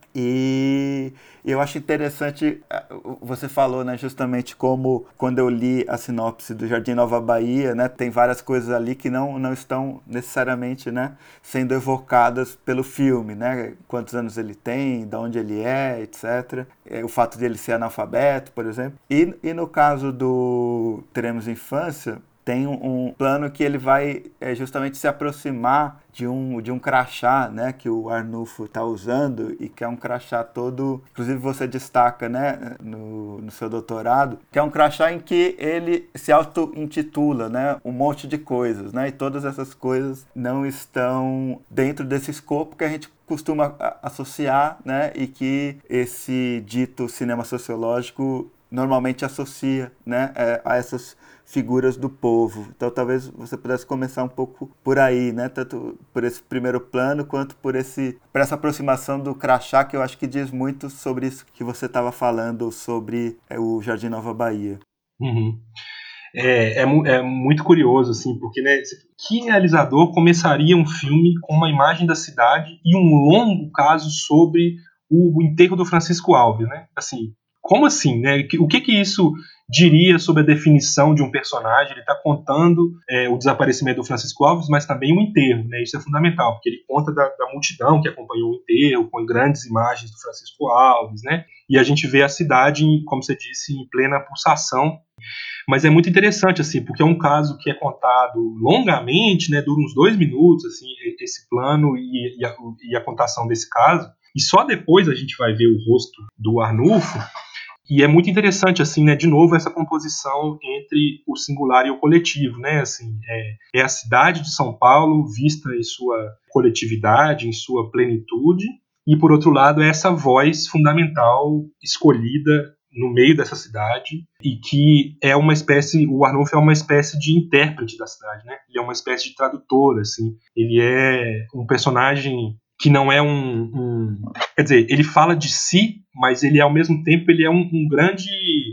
e eu acho interessante, você falou, né, justamente como quando eu li a sinopse do Jardim Nova Bahia, né, tem várias coisas ali que não, não estão necessariamente, né, sendo evocadas pelo filme, né, quantos anos ele tem, de onde ele é, etcétera. É, o fato de ele ser analfabeto, por exemplo. E, e no caso do Teremos Infância, tem um, um plano que ele vai é, justamente se aproximar de um, de um crachá, né, que o Arnulfo está usando, e que é um crachá todo, inclusive você destaca, né, no, no seu doutorado, que é um crachá em que ele se auto-intitula, né, um monte de coisas, né, e todas essas coisas não estão dentro desse escopo que a gente costuma associar, né, e que esse dito cinema sociológico normalmente associa, né, a essas figuras do povo. Então talvez você pudesse começar um pouco por aí, né? Tanto por esse primeiro plano, quanto por, esse, por essa aproximação do crachá, que eu acho que diz muito sobre isso que você estava falando, sobre é, o Jardim Nova Bahia. Uhum. É, é, é muito curioso, assim, porque, né, que realizador começaria um filme com uma imagem da cidade e um longo caso sobre o, o enterro do Francisco Alves, né? Assim, como assim, né? O que que isso diria sobre a definição de um personagem? Ele está contando é, o desaparecimento do Francisco Alves, mas também o enterro, né? Isso é fundamental, porque ele conta da, da multidão que acompanhou o enterro, com grandes imagens do Francisco Alves, né? E a gente vê a cidade, como você disse, em plena pulsação. Mas é muito interessante, assim, porque é um caso que é contado longamente, né? Dura uns dois minutos, assim, esse plano e, e, a, e a contação desse caso. E só depois a gente vai ver o rosto do Arnulfo. E é muito interessante, assim, né, de novo, essa composição entre o singular e o coletivo, né, assim, é, é a cidade de São Paulo vista em sua coletividade, em sua plenitude, e, por outro lado, é essa voz fundamental escolhida no meio dessa cidade, e que é uma espécie, o Arnulfo é uma espécie de intérprete da cidade, né, ele é uma espécie de tradutor, assim, ele é um personagem que não é um, um... Quer dizer, ele fala de si, mas ele, ao mesmo tempo, ele é um, um grande...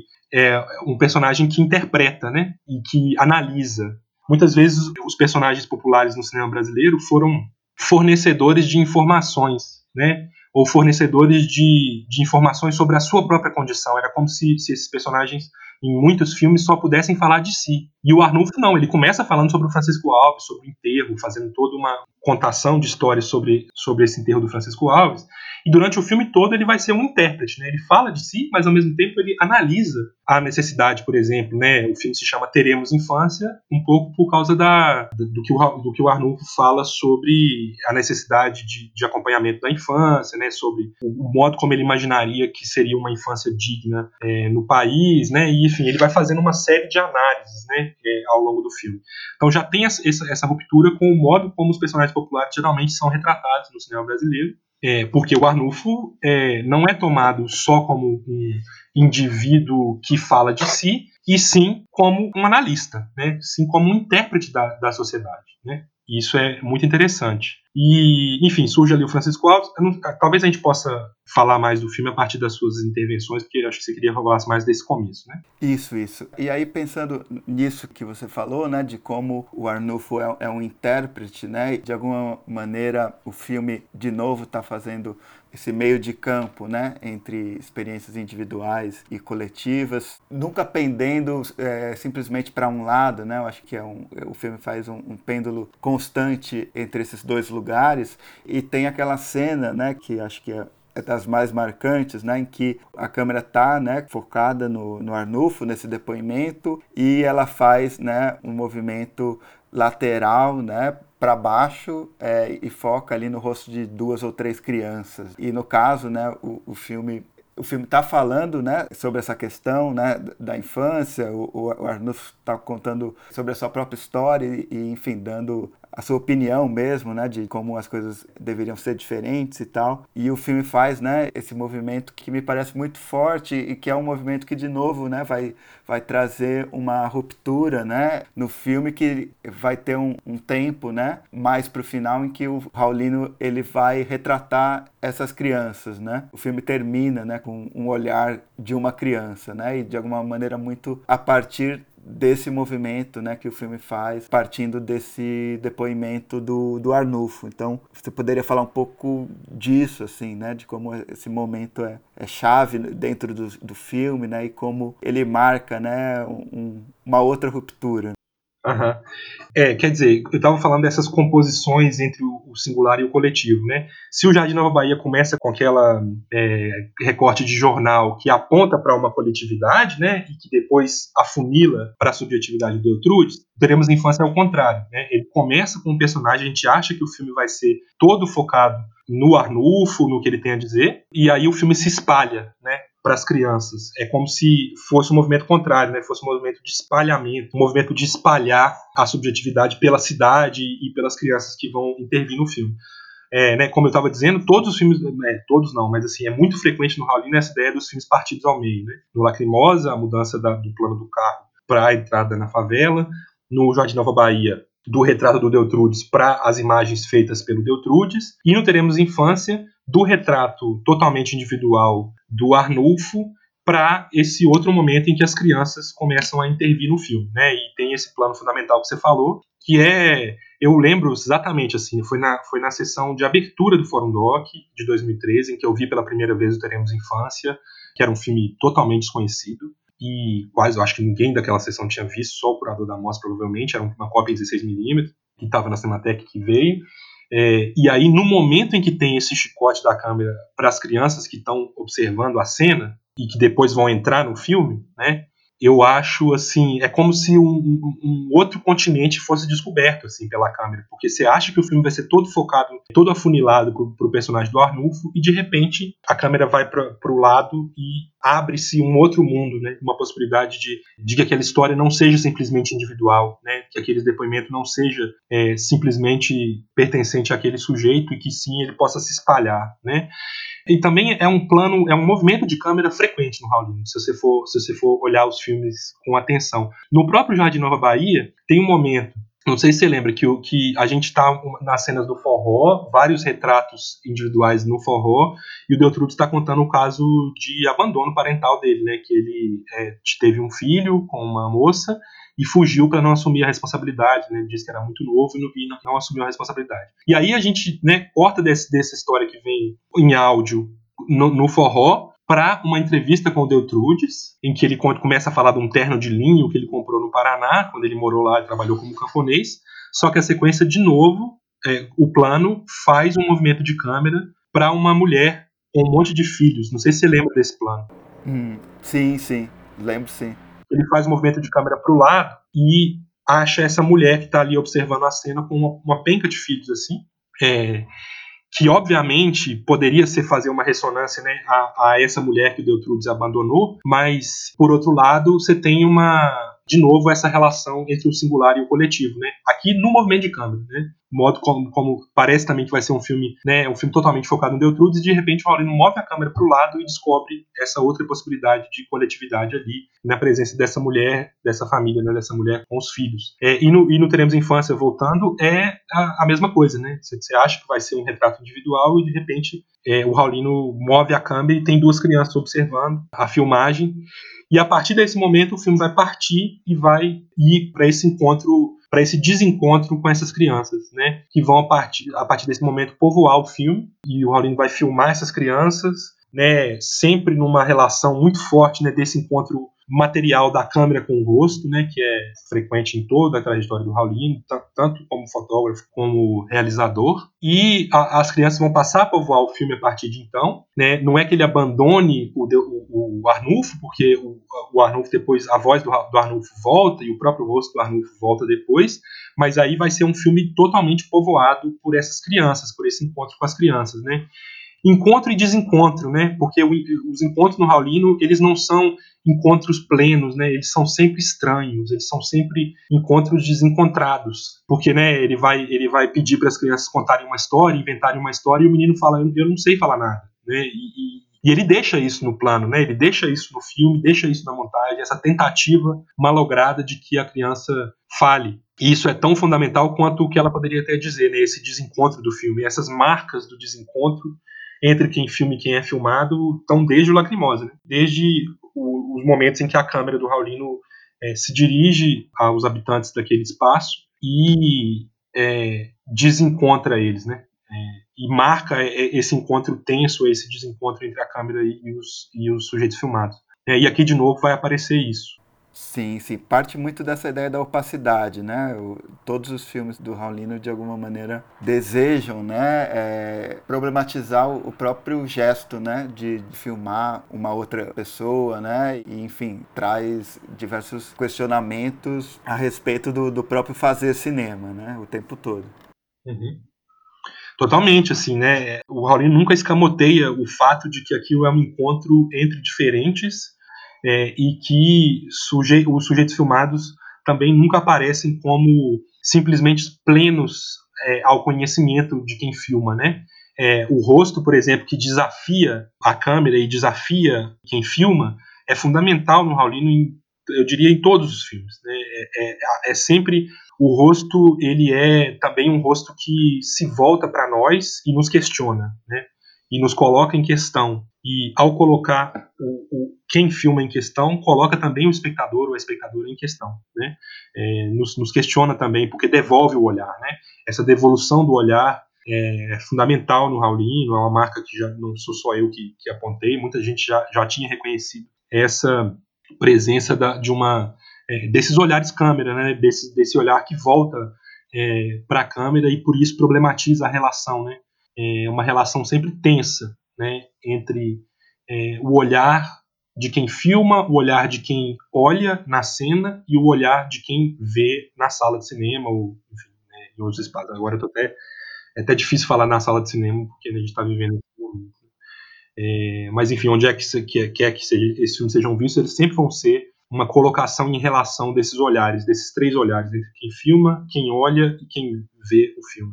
É, um personagem que interpreta, né? E que analisa. Muitas vezes, os personagens populares no cinema brasileiro foram fornecedores de informações, né? ou fornecedores de, de informações sobre a sua própria condição. Era como se, se esses personagens, em muitos filmes, só pudessem falar de si. E o Arnulfo não, ele começa falando sobre o Francisco Alves, sobre o enterro, fazendo toda uma contação de histórias sobre, sobre esse enterro do Francisco Alves, e durante o filme todo ele vai ser um intérprete, né? Ele fala de si, mas ao mesmo tempo ele analisa a necessidade, por exemplo, né? O filme se chama Teremos Infância, um pouco por causa da, do, que o, do que o Arnulfo fala sobre a necessidade de, de acompanhamento da infância, né? Sobre o, o modo como ele imaginaria que seria uma infância digna é, no país, né? E, enfim, ele vai fazendo uma série de análises, né? É, ao longo do filme. Então já tem essa, essa ruptura com o modo como os personagens populares geralmente são retratados no cinema brasileiro, é, porque o Arnulfo é, não é tomado só como um indivíduo que fala de si, e sim como um analista, né? Sim como um intérprete da, da sociedade, né? E isso é muito interessante. E, enfim, surge ali o Francisco Alves. Não, talvez a gente possa falar mais do filme a partir das suas intervenções, porque eu acho que você queria falar mais desse começo, né? Isso, isso. E aí, pensando nisso que você falou, né, de como o Arnulfo é, é um intérprete, né, e de alguma maneira o filme, de novo, está fazendo esse meio de campo, né, entre experiências individuais e coletivas, nunca pendendo é, simplesmente para um lado, né? Eu acho que é um, o filme faz um, um pêndulo constante entre esses dois lugares, e tem aquela cena, né, que acho que é é das mais marcantes, né, em que a câmera está, né, focada no, no Arnulfo, nesse depoimento, e ela faz, né, um movimento lateral, né, para baixo, é, e foca ali no rosto de duas ou três crianças. E no caso, né, o, o filme o filme está falando, né, sobre essa questão, né, da infância. O, o Arnulfo está contando sobre a sua própria história e, e, enfim, dando a sua opinião mesmo, né, de como as coisas deveriam ser diferentes e tal. E o filme faz, né, esse movimento que me parece muito forte e que é um movimento que, de novo, né, vai, vai trazer uma ruptura, né, no filme, que vai ter um, um tempo, né, mais para o final, em que o Raulino ele vai retratar essas crianças, né. O filme termina, né, com um olhar de uma criança, né, e de alguma maneira muito a partir desse movimento, né, que o filme faz, partindo desse depoimento do, do Arnulfo. Então, você poderia falar um pouco disso, assim, né, de como esse momento é, é chave dentro do, do filme, né, e como ele marca, né, um, uma outra ruptura. Uhum. É, quer dizer, eu estava falando dessas composições entre o singular e o coletivo, né? Se o Jardim Nova Bahia começa com aquela é, recorte de jornal que aponta para uma coletividade, né, e que depois afunila para a subjetividade do Eltrudes, teremos a Infância ao contrário, né? Ele começa com um personagem, a gente acha que o filme vai ser todo focado no Arnulfo, no que ele tem a dizer, e aí o filme se espalha, né, para as crianças. É como se fosse um movimento contrário, né? Fosse um movimento de espalhamento, um movimento de espalhar a subjetividade pela cidade e pelas crianças que vão intervir no filme. É, né, como eu estava dizendo, todos os filmes, né, todos não, mas assim, é muito frequente no Raulino essa ideia dos filmes partidos ao meio, né? No Lacrimosa, a mudança da, do plano do carro para a entrada na favela. No Jardim Nova Bahia, do retrato do Deltrudes para as imagens feitas pelo Deltrudes. E no Teremos Infância, do retrato totalmente individual do Arnulfo para esse outro momento em que as crianças começam a intervir no filme, né? E tem esse plano fundamental que você falou, que é, eu lembro exatamente assim, foi na, foi na sessão de abertura do Fórum Doc de dois mil e treze, em que eu vi pela primeira vez o Teremos Infância, que era um filme totalmente desconhecido, e quase, eu acho que ninguém daquela sessão tinha visto, só o curador da mostra provavelmente, era uma cópia em dezesseis milímetros, que estava na Cinemateca, que veio. É, e aí, no momento em que tem esse chicote da câmera para as crianças que estão observando a cena e que depois vão entrar no filme, né, eu acho assim, é como se um, um, um outro continente fosse descoberto assim pela câmera, porque você acha que o filme vai ser todo focado, todo afunilado para o personagem do Arnulfo, e de repente a câmera vai para o lado e abre-se um outro mundo, né, uma possibilidade de, de que aquela história não seja simplesmente individual, né, que aquele depoimento não seja é, simplesmente pertencente àquele sujeito, e que sim ele possa se espalhar, né. E também é um plano, é um movimento de câmera frequente no Raulino, se você for, se você for olhar os filmes com atenção. No próprio Jardim Nova Bahia, tem um momento, não sei se você lembra, que, que a gente está nas cenas do forró, vários retratos individuais no forró, e o Deltrudes está contando o caso de abandono parental dele, né, que ele é, teve um filho com uma moça, e fugiu para não assumir a responsabilidade, né? Ele disse que era muito novo e não, e não, não assumiu a responsabilidade. E aí a gente, né, corta desse, dessa história que vem em áudio no, no forró para uma entrevista com o Deltrudes, em que ele começa a falar de um terno de linho que ele comprou no Paraná, quando ele morou lá e trabalhou como camponês, só que a sequência, de novo, é, o plano faz um movimento de câmera para uma mulher com um monte de filhos. Não sei se você lembra desse plano. Hum, sim, sim, lembro sim. Ele faz um movimento de câmera para o lado e acha essa mulher que está ali observando a cena com uma, uma penca de filhos, assim, é, que obviamente poderia ser fazer uma ressonância, né, a, a essa mulher que o Deltrudes abandonou, mas, por outro lado, você tem uma... de novo, essa relação entre o singular e o coletivo, né? Aqui no movimento de câmera, né? Modo como, como parece também que vai ser um filme, né? Um filme totalmente focado no Deltrudes, e de repente o Raulino move a câmera para o lado e descobre essa outra possibilidade de coletividade ali, na presença dessa mulher, dessa família, né? Dessa mulher com os filhos. É, e, no, e no Teremos Infância, voltando, é a, a mesma coisa, né? Você, você acha que vai ser um retrato individual e de repente é, o Raulino move a câmera e tem duas crianças observando a filmagem. E a partir desse momento o filme vai partir e vai ir para esse encontro, para esse desencontro com essas crianças, né? Que vão a partir, a partir desse momento povoar o filme, e o Raulino vai filmar essas crianças, né? Sempre numa relação muito forte, né? Desse encontro material da câmera com o rosto, né? Que é frequente em toda a trajetória do Raulino, tanto como fotógrafo como realizador. E a, as crianças vão passar a povoar o filme a partir de então, né? Não é que ele abandone o, o, o Arnulfo, porque o, o Arnulfo depois, a voz do, do Arnulfo volta e o próprio rosto do Arnulfo volta depois, mas aí vai ser um filme totalmente povoado por essas crianças, por esse encontro com as crianças, né? Encontro e desencontro, né? Porque o, os encontros no Raulino, eles não são encontros plenos, né? Eles são sempre estranhos, eles são sempre encontros desencontrados, porque, né, ele vai, ele vai pedir para as crianças contarem uma história, inventarem uma história, e o menino fala, eu não sei falar nada, né? E, e, e ele deixa isso no plano, né? Ele deixa isso no filme, deixa isso na montagem, essa tentativa malograda de que a criança fale. E isso é tão fundamental quanto o que ela poderia até dizer, né? Esse desencontro do filme, essas marcas do desencontro entre quem filma e quem é filmado estão desde o Lacrimosa, né? Desde o, os momentos em que a câmera do Raulino é, se dirige aos habitantes daquele espaço e é, desencontra eles, né? É, e marca esse encontro tenso, esse desencontro entre a câmera e os, e os sujeitos filmados. É, e aqui, de novo, vai aparecer isso. Sim, sim. Parte muito dessa ideia da opacidade, né? O, todos os filmes do Raulino, de alguma maneira, desejam, né, é, problematizar o, o próprio gesto, né, de, de filmar uma outra pessoa, né? E, enfim, traz diversos questionamentos a respeito do, do próprio fazer cinema, né? O tempo todo. Uhum. Totalmente, assim, né? O Raulino nunca escamoteia o fato de que aquilo é um encontro entre diferentes, é, e que suje os sujeitos filmados também nunca aparecem como simplesmente plenos é, ao conhecimento de quem filma, né? É, o rosto, por exemplo, que desafia a câmera e desafia quem filma, é fundamental no Raulino, em, eu diria, em todos os filmes, né? É, é, é sempre... O rosto, ele é também um rosto que se volta para nós e nos questiona, né? E nos coloca em questão. E ao colocar o, o, quem filma em questão, coloca também o espectador ou a espectadora em questão, né? É, nos, nos questiona também, porque devolve o olhar, né? Essa devolução do olhar é fundamental no Raulino, é uma marca que já não sou só eu que, que apontei, muita gente já, já tinha reconhecido essa presença da, de uma... É, desses olhares câmera, né? Desse, desse olhar que volta é, para a câmera e por isso problematiza a relação, né? É uma relação sempre tensa, né? Entre é, o olhar de quem filma, o olhar de quem olha na cena e o olhar de quem vê na sala de cinema ou, enfim, né, em outros espaços. Agora eu tô até, é até difícil falar na sala de cinema porque a gente está vivendo esse momento. É, mas enfim, onde é que você quer, quer que seja, esses filmes sejam vistos, eles sempre vão ser uma colocação em relação desses olhares, desses três olhares, entre quem filma, quem olha e quem vê o filme.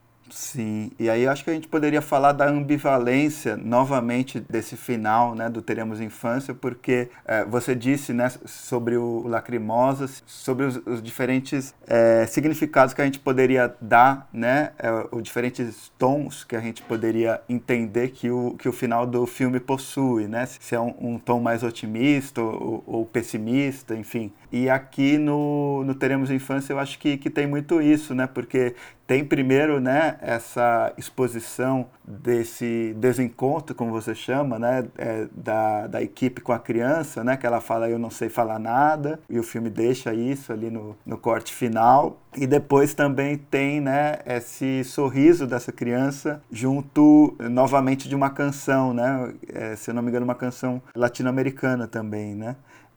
Sim, e aí eu acho que a gente poderia falar da ambivalência novamente desse final, né, do Teremos Infância, porque é, você disse, né, sobre o Lacrimosa, sobre os, os diferentes é, significados que a gente poderia dar, né, é, os diferentes tons que a gente poderia entender que o, que o final do filme possui, né, se é um, um tom mais otimista ou, ou pessimista, enfim. E aqui no, no Teremos Infância eu acho que, que tem muito isso, né? Porque tem primeiro, né, essa exposição desse desencontro, como você chama, né, é, da, da equipe com a criança, né, que ela fala eu não sei falar nada, e o filme deixa isso ali no, no corte final. E depois também tem, né, esse sorriso dessa criança junto novamente de uma canção, né, é, se eu não me engano uma canção latino-americana também, né.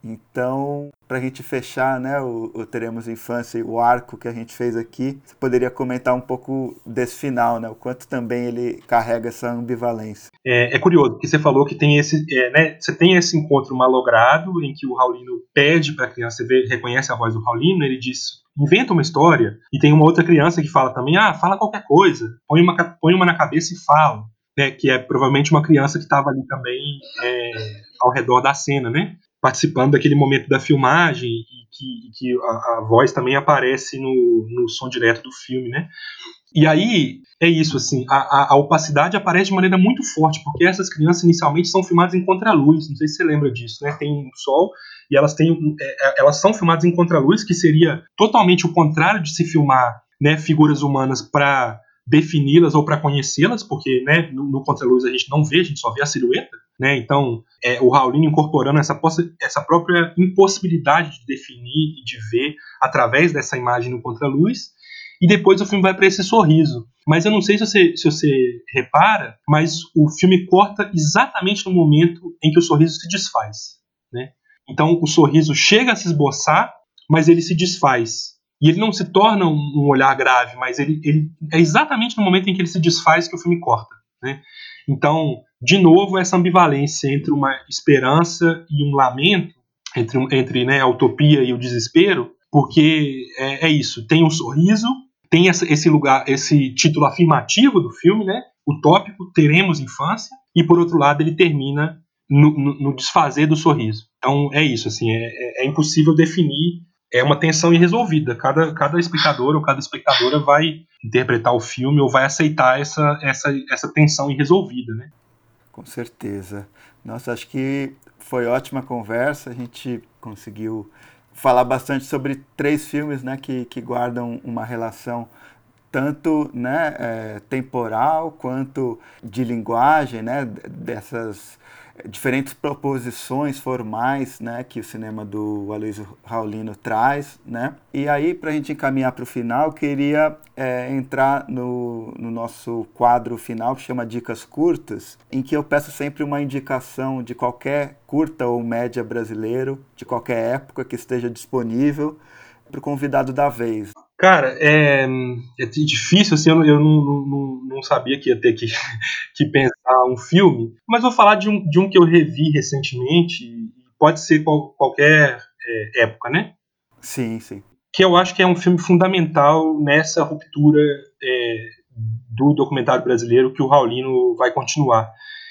Então, para a gente fechar, né, o, o Teremos Infância, o arco que a gente fez aqui, você poderia comentar um pouco desse final, né, o quanto também ele carrega essa ambivalência. É, é curioso, porque você falou que tem esse, é, né, você tem esse encontro malogrado em que o Raulino pede para a criança, você vê, reconhece a voz do Raulino, ele diz, inventa uma história, e tem uma outra criança que fala também, ah, fala qualquer coisa, põe uma, põe uma na cabeça e fala, né, que é provavelmente uma criança que estava ali também é, ao redor da cena, né, participando daquele momento da filmagem e que, e que a, a voz também aparece no, no som direto do filme, né? E aí é isso, assim, a, a, a opacidade aparece de maneira muito forte, porque essas crianças inicialmente são filmadas em contraluz, não sei se você lembra disso, né? Tem um sol e elas, têm, é, elas são filmadas em contraluz, que seria totalmente o contrário de se filmar, né, figuras humanas para defini-las ou para conhecê-las, porque, né, no, no contraluz a gente não vê, a gente só vê a silhueta, né? Então é, o Raulino incorporando essa, essa própria impossibilidade de definir e de ver através dessa imagem no contraluz. E depois o filme vai para esse sorriso. Mas eu não sei se você, se você repara, mas o filme corta exatamente no momento em que o sorriso se desfaz, né? Então o sorriso chega a se esboçar, mas ele se desfaz. E ele não se torna um, um olhar grave, mas ele, ele é exatamente no momento em que ele se desfaz que o filme corta, né? Então, de novo, essa ambivalência entre uma esperança e um lamento, entre, entre né, a utopia e o desespero, porque é, é isso, tem um sorriso, tem esse lugar, esse título afirmativo do filme, né, utópico, teremos infância, e por outro lado ele termina no, no, no desfazer do sorriso. Então é isso, assim, é, é impossível definir, é uma tensão irresolvida, cada, cada espectador ou cada espectadora vai interpretar o filme ou vai aceitar essa, essa, essa tensão irresolvida, né? Com certeza. Nossa, acho que foi ótima conversa, a gente conseguiu falar bastante sobre três filmes, né, que, que guardam uma relação tanto, né, é, temporal quanto de linguagem, né, dessas diferentes proposições formais, né, que o cinema do Aloysio Raulino traz, né. E aí, para a gente encaminhar para o final, queria é, entrar no, no nosso quadro final, que chama Dicas Curtas, em que eu peço sempre uma indicação de qualquer curta ou média brasileiro, de qualquer época que esteja disponível, para o convidado da vez. Cara, é, é difícil, assim, eu, não, eu não, não, não sabia que ia ter que, que pensar um filme, mas vou falar de um, de um que eu revi recentemente, pode ser qual, qualquer é, época, né? Sim, sim. Que eu acho que é um filme fundamental nessa ruptura é, do documentário brasileiro que o Raulino vai continuar,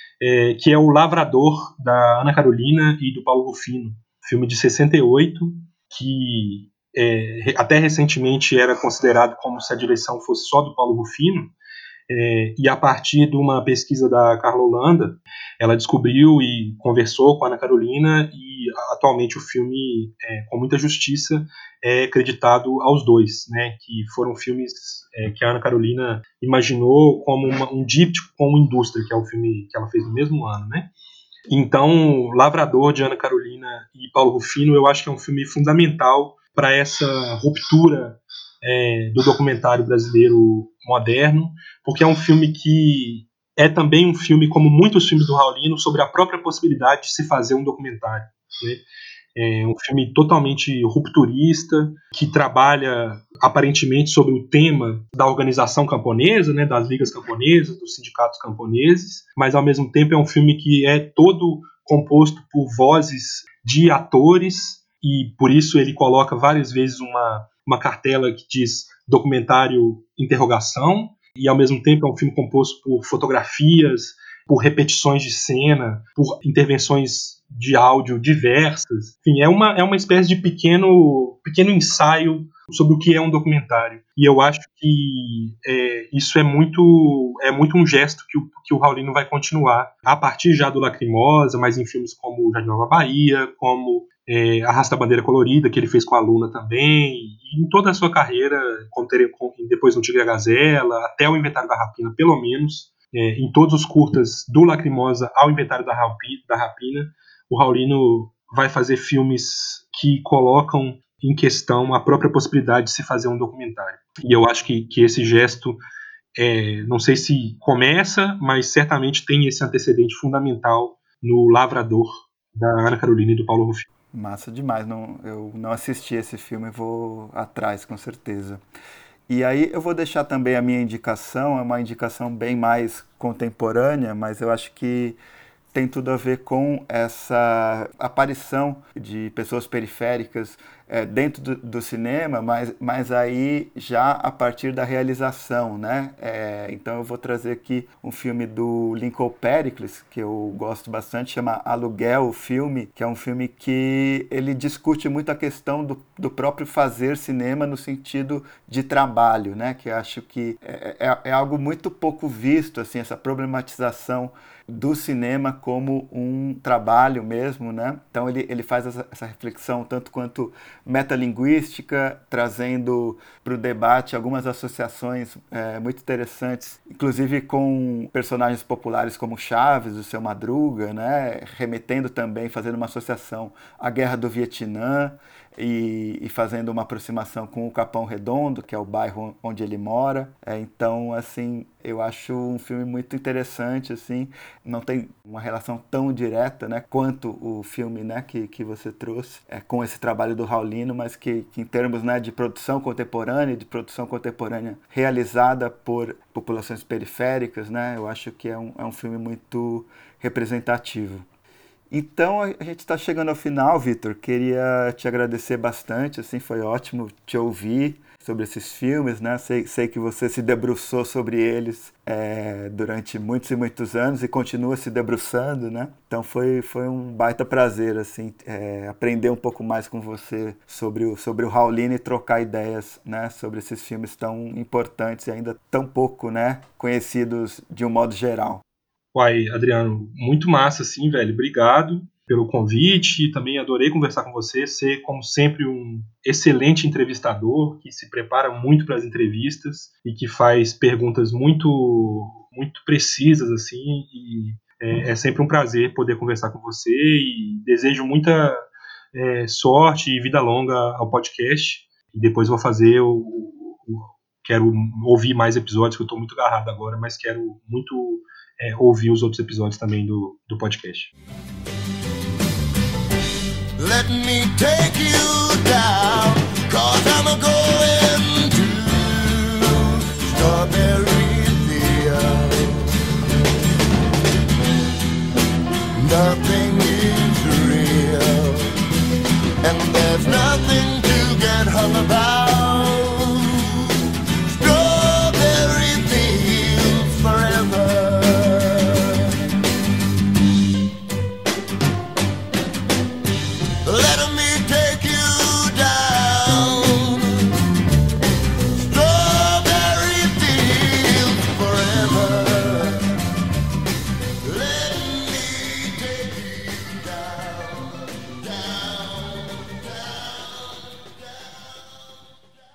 é, que é O Lavrador, da Ana Carolina e do Paulo Rufino, filme de sessenta e oito, que é, até recentemente era considerado como se a direção fosse só do Paulo Rufino, é, e a partir de uma pesquisa da Carla Holanda, ela descobriu e conversou com a Ana Carolina, e atualmente o filme, é, com muita justiça, é creditado aos dois, né, que foram filmes é, que a Ana Carolina imaginou como uma, um díptico com Indústria, que é o filme que ela fez no mesmo ano, né. Então, Lavrador, de Ana Carolina e Paulo Rufino, eu acho que é um filme fundamental para essa ruptura é, do documentário brasileiro moderno, porque é um filme que é também um filme, como muitos filmes do Raulino, sobre a própria possibilidade de se fazer um documentário, né? É um filme totalmente rupturista, que trabalha aparentemente sobre o tema da organização camponesa, né, das ligas camponesas, dos sindicatos camponeses, mas ao mesmo tempo é um filme que é todo composto por vozes de atores, e por isso ele coloca várias vezes uma, uma cartela que diz documentário interrogação, e ao mesmo tempo é um filme composto por fotografias, por repetições de cena, por intervenções de áudio diversas. Enfim, é uma, é uma espécie de pequeno, pequeno ensaio sobre o que é um documentário. E eu acho que é, isso é muito, é muito um gesto que o, que o Raulino vai continuar, a partir já do Lacrimosa, mas em filmes como Jardim Nova Bahia, como é, Arrasta a Bandeira Colorida, que ele fez com a Luna também, e em toda a sua carreira, depois no Tigre e a Gazela, até o Inventário da Rapina, pelo menos, é, em todos os curtas, do Lacrimosa ao Inventário da, Rapi, da Rapina, o Raulino vai fazer filmes que colocam em questão a própria possibilidade de se fazer um documentário. E eu acho que, que esse gesto, é, não sei se começa, mas certamente tem esse antecedente fundamental no Lavrador, da Ana Carolina e do Paulo Rufino. Massa demais, não, eu não assisti esse filme, vou atrás com certeza. E aí eu vou deixar também a minha indicação, é uma indicação bem mais contemporânea, mas eu acho que tem tudo a ver com essa aparição de pessoas periféricas é, dentro do, do cinema, mas, mas aí já a partir da realização, né? É, então eu vou trazer aqui um filme do Lincoln Pericles, que eu gosto bastante, chama Aluguel, o filme, que é um filme que ele discute muito a questão do, do próprio fazer cinema no sentido de trabalho, né? Que eu acho que é, é, é algo muito pouco visto, assim, essa problematização do cinema como um trabalho mesmo, né? Então ele, ele faz essa, essa reflexão tanto quanto metalinguística, trazendo para o debate algumas associações é, muito interessantes, inclusive com personagens populares como Chaves, o Seu Madruga, né? Remetendo também, fazendo uma associação à Guerra do Vietnã, E, e fazendo uma aproximação com o Capão Redondo, que é o bairro onde ele mora. É, então, assim, eu acho um filme muito interessante, assim, não tem uma relação tão direta, né, quanto o filme, né, que, que você trouxe, é, com esse trabalho do Raulino, mas que, que em termos, né, de produção contemporânea, de produção contemporânea realizada por populações periféricas, né, eu acho que é um, é um filme muito representativo. Então a gente está chegando ao final, Vitor. Queria te agradecer bastante, assim, foi ótimo te ouvir sobre esses filmes, né? Sei, sei que você se debruçou sobre eles é, durante muitos e muitos anos e continua se debruçando, né? Então foi, foi um baita prazer, assim, é, aprender um pouco mais com você sobre o, sobre o Raulino e trocar ideias, né? Sobre esses filmes tão importantes e ainda tão pouco, né, conhecidos de um modo geral. Uai, Adriano, muito massa, sim, velho. Obrigado pelo convite. Também adorei conversar com você. Você, como sempre, um excelente entrevistador que se prepara muito para as entrevistas e que faz perguntas muito, muito precisas, assim. E é, é sempre um prazer poder conversar com você e desejo muita é, sorte e vida longa ao podcast. E depois vou fazer o, o quero ouvir mais episódios, que eu estou muito agarrado agora, mas quero muito É, ouvir os outros episódios também do, do podcast. Let me take you down, cause I'm going to Strawberry Field. Nothing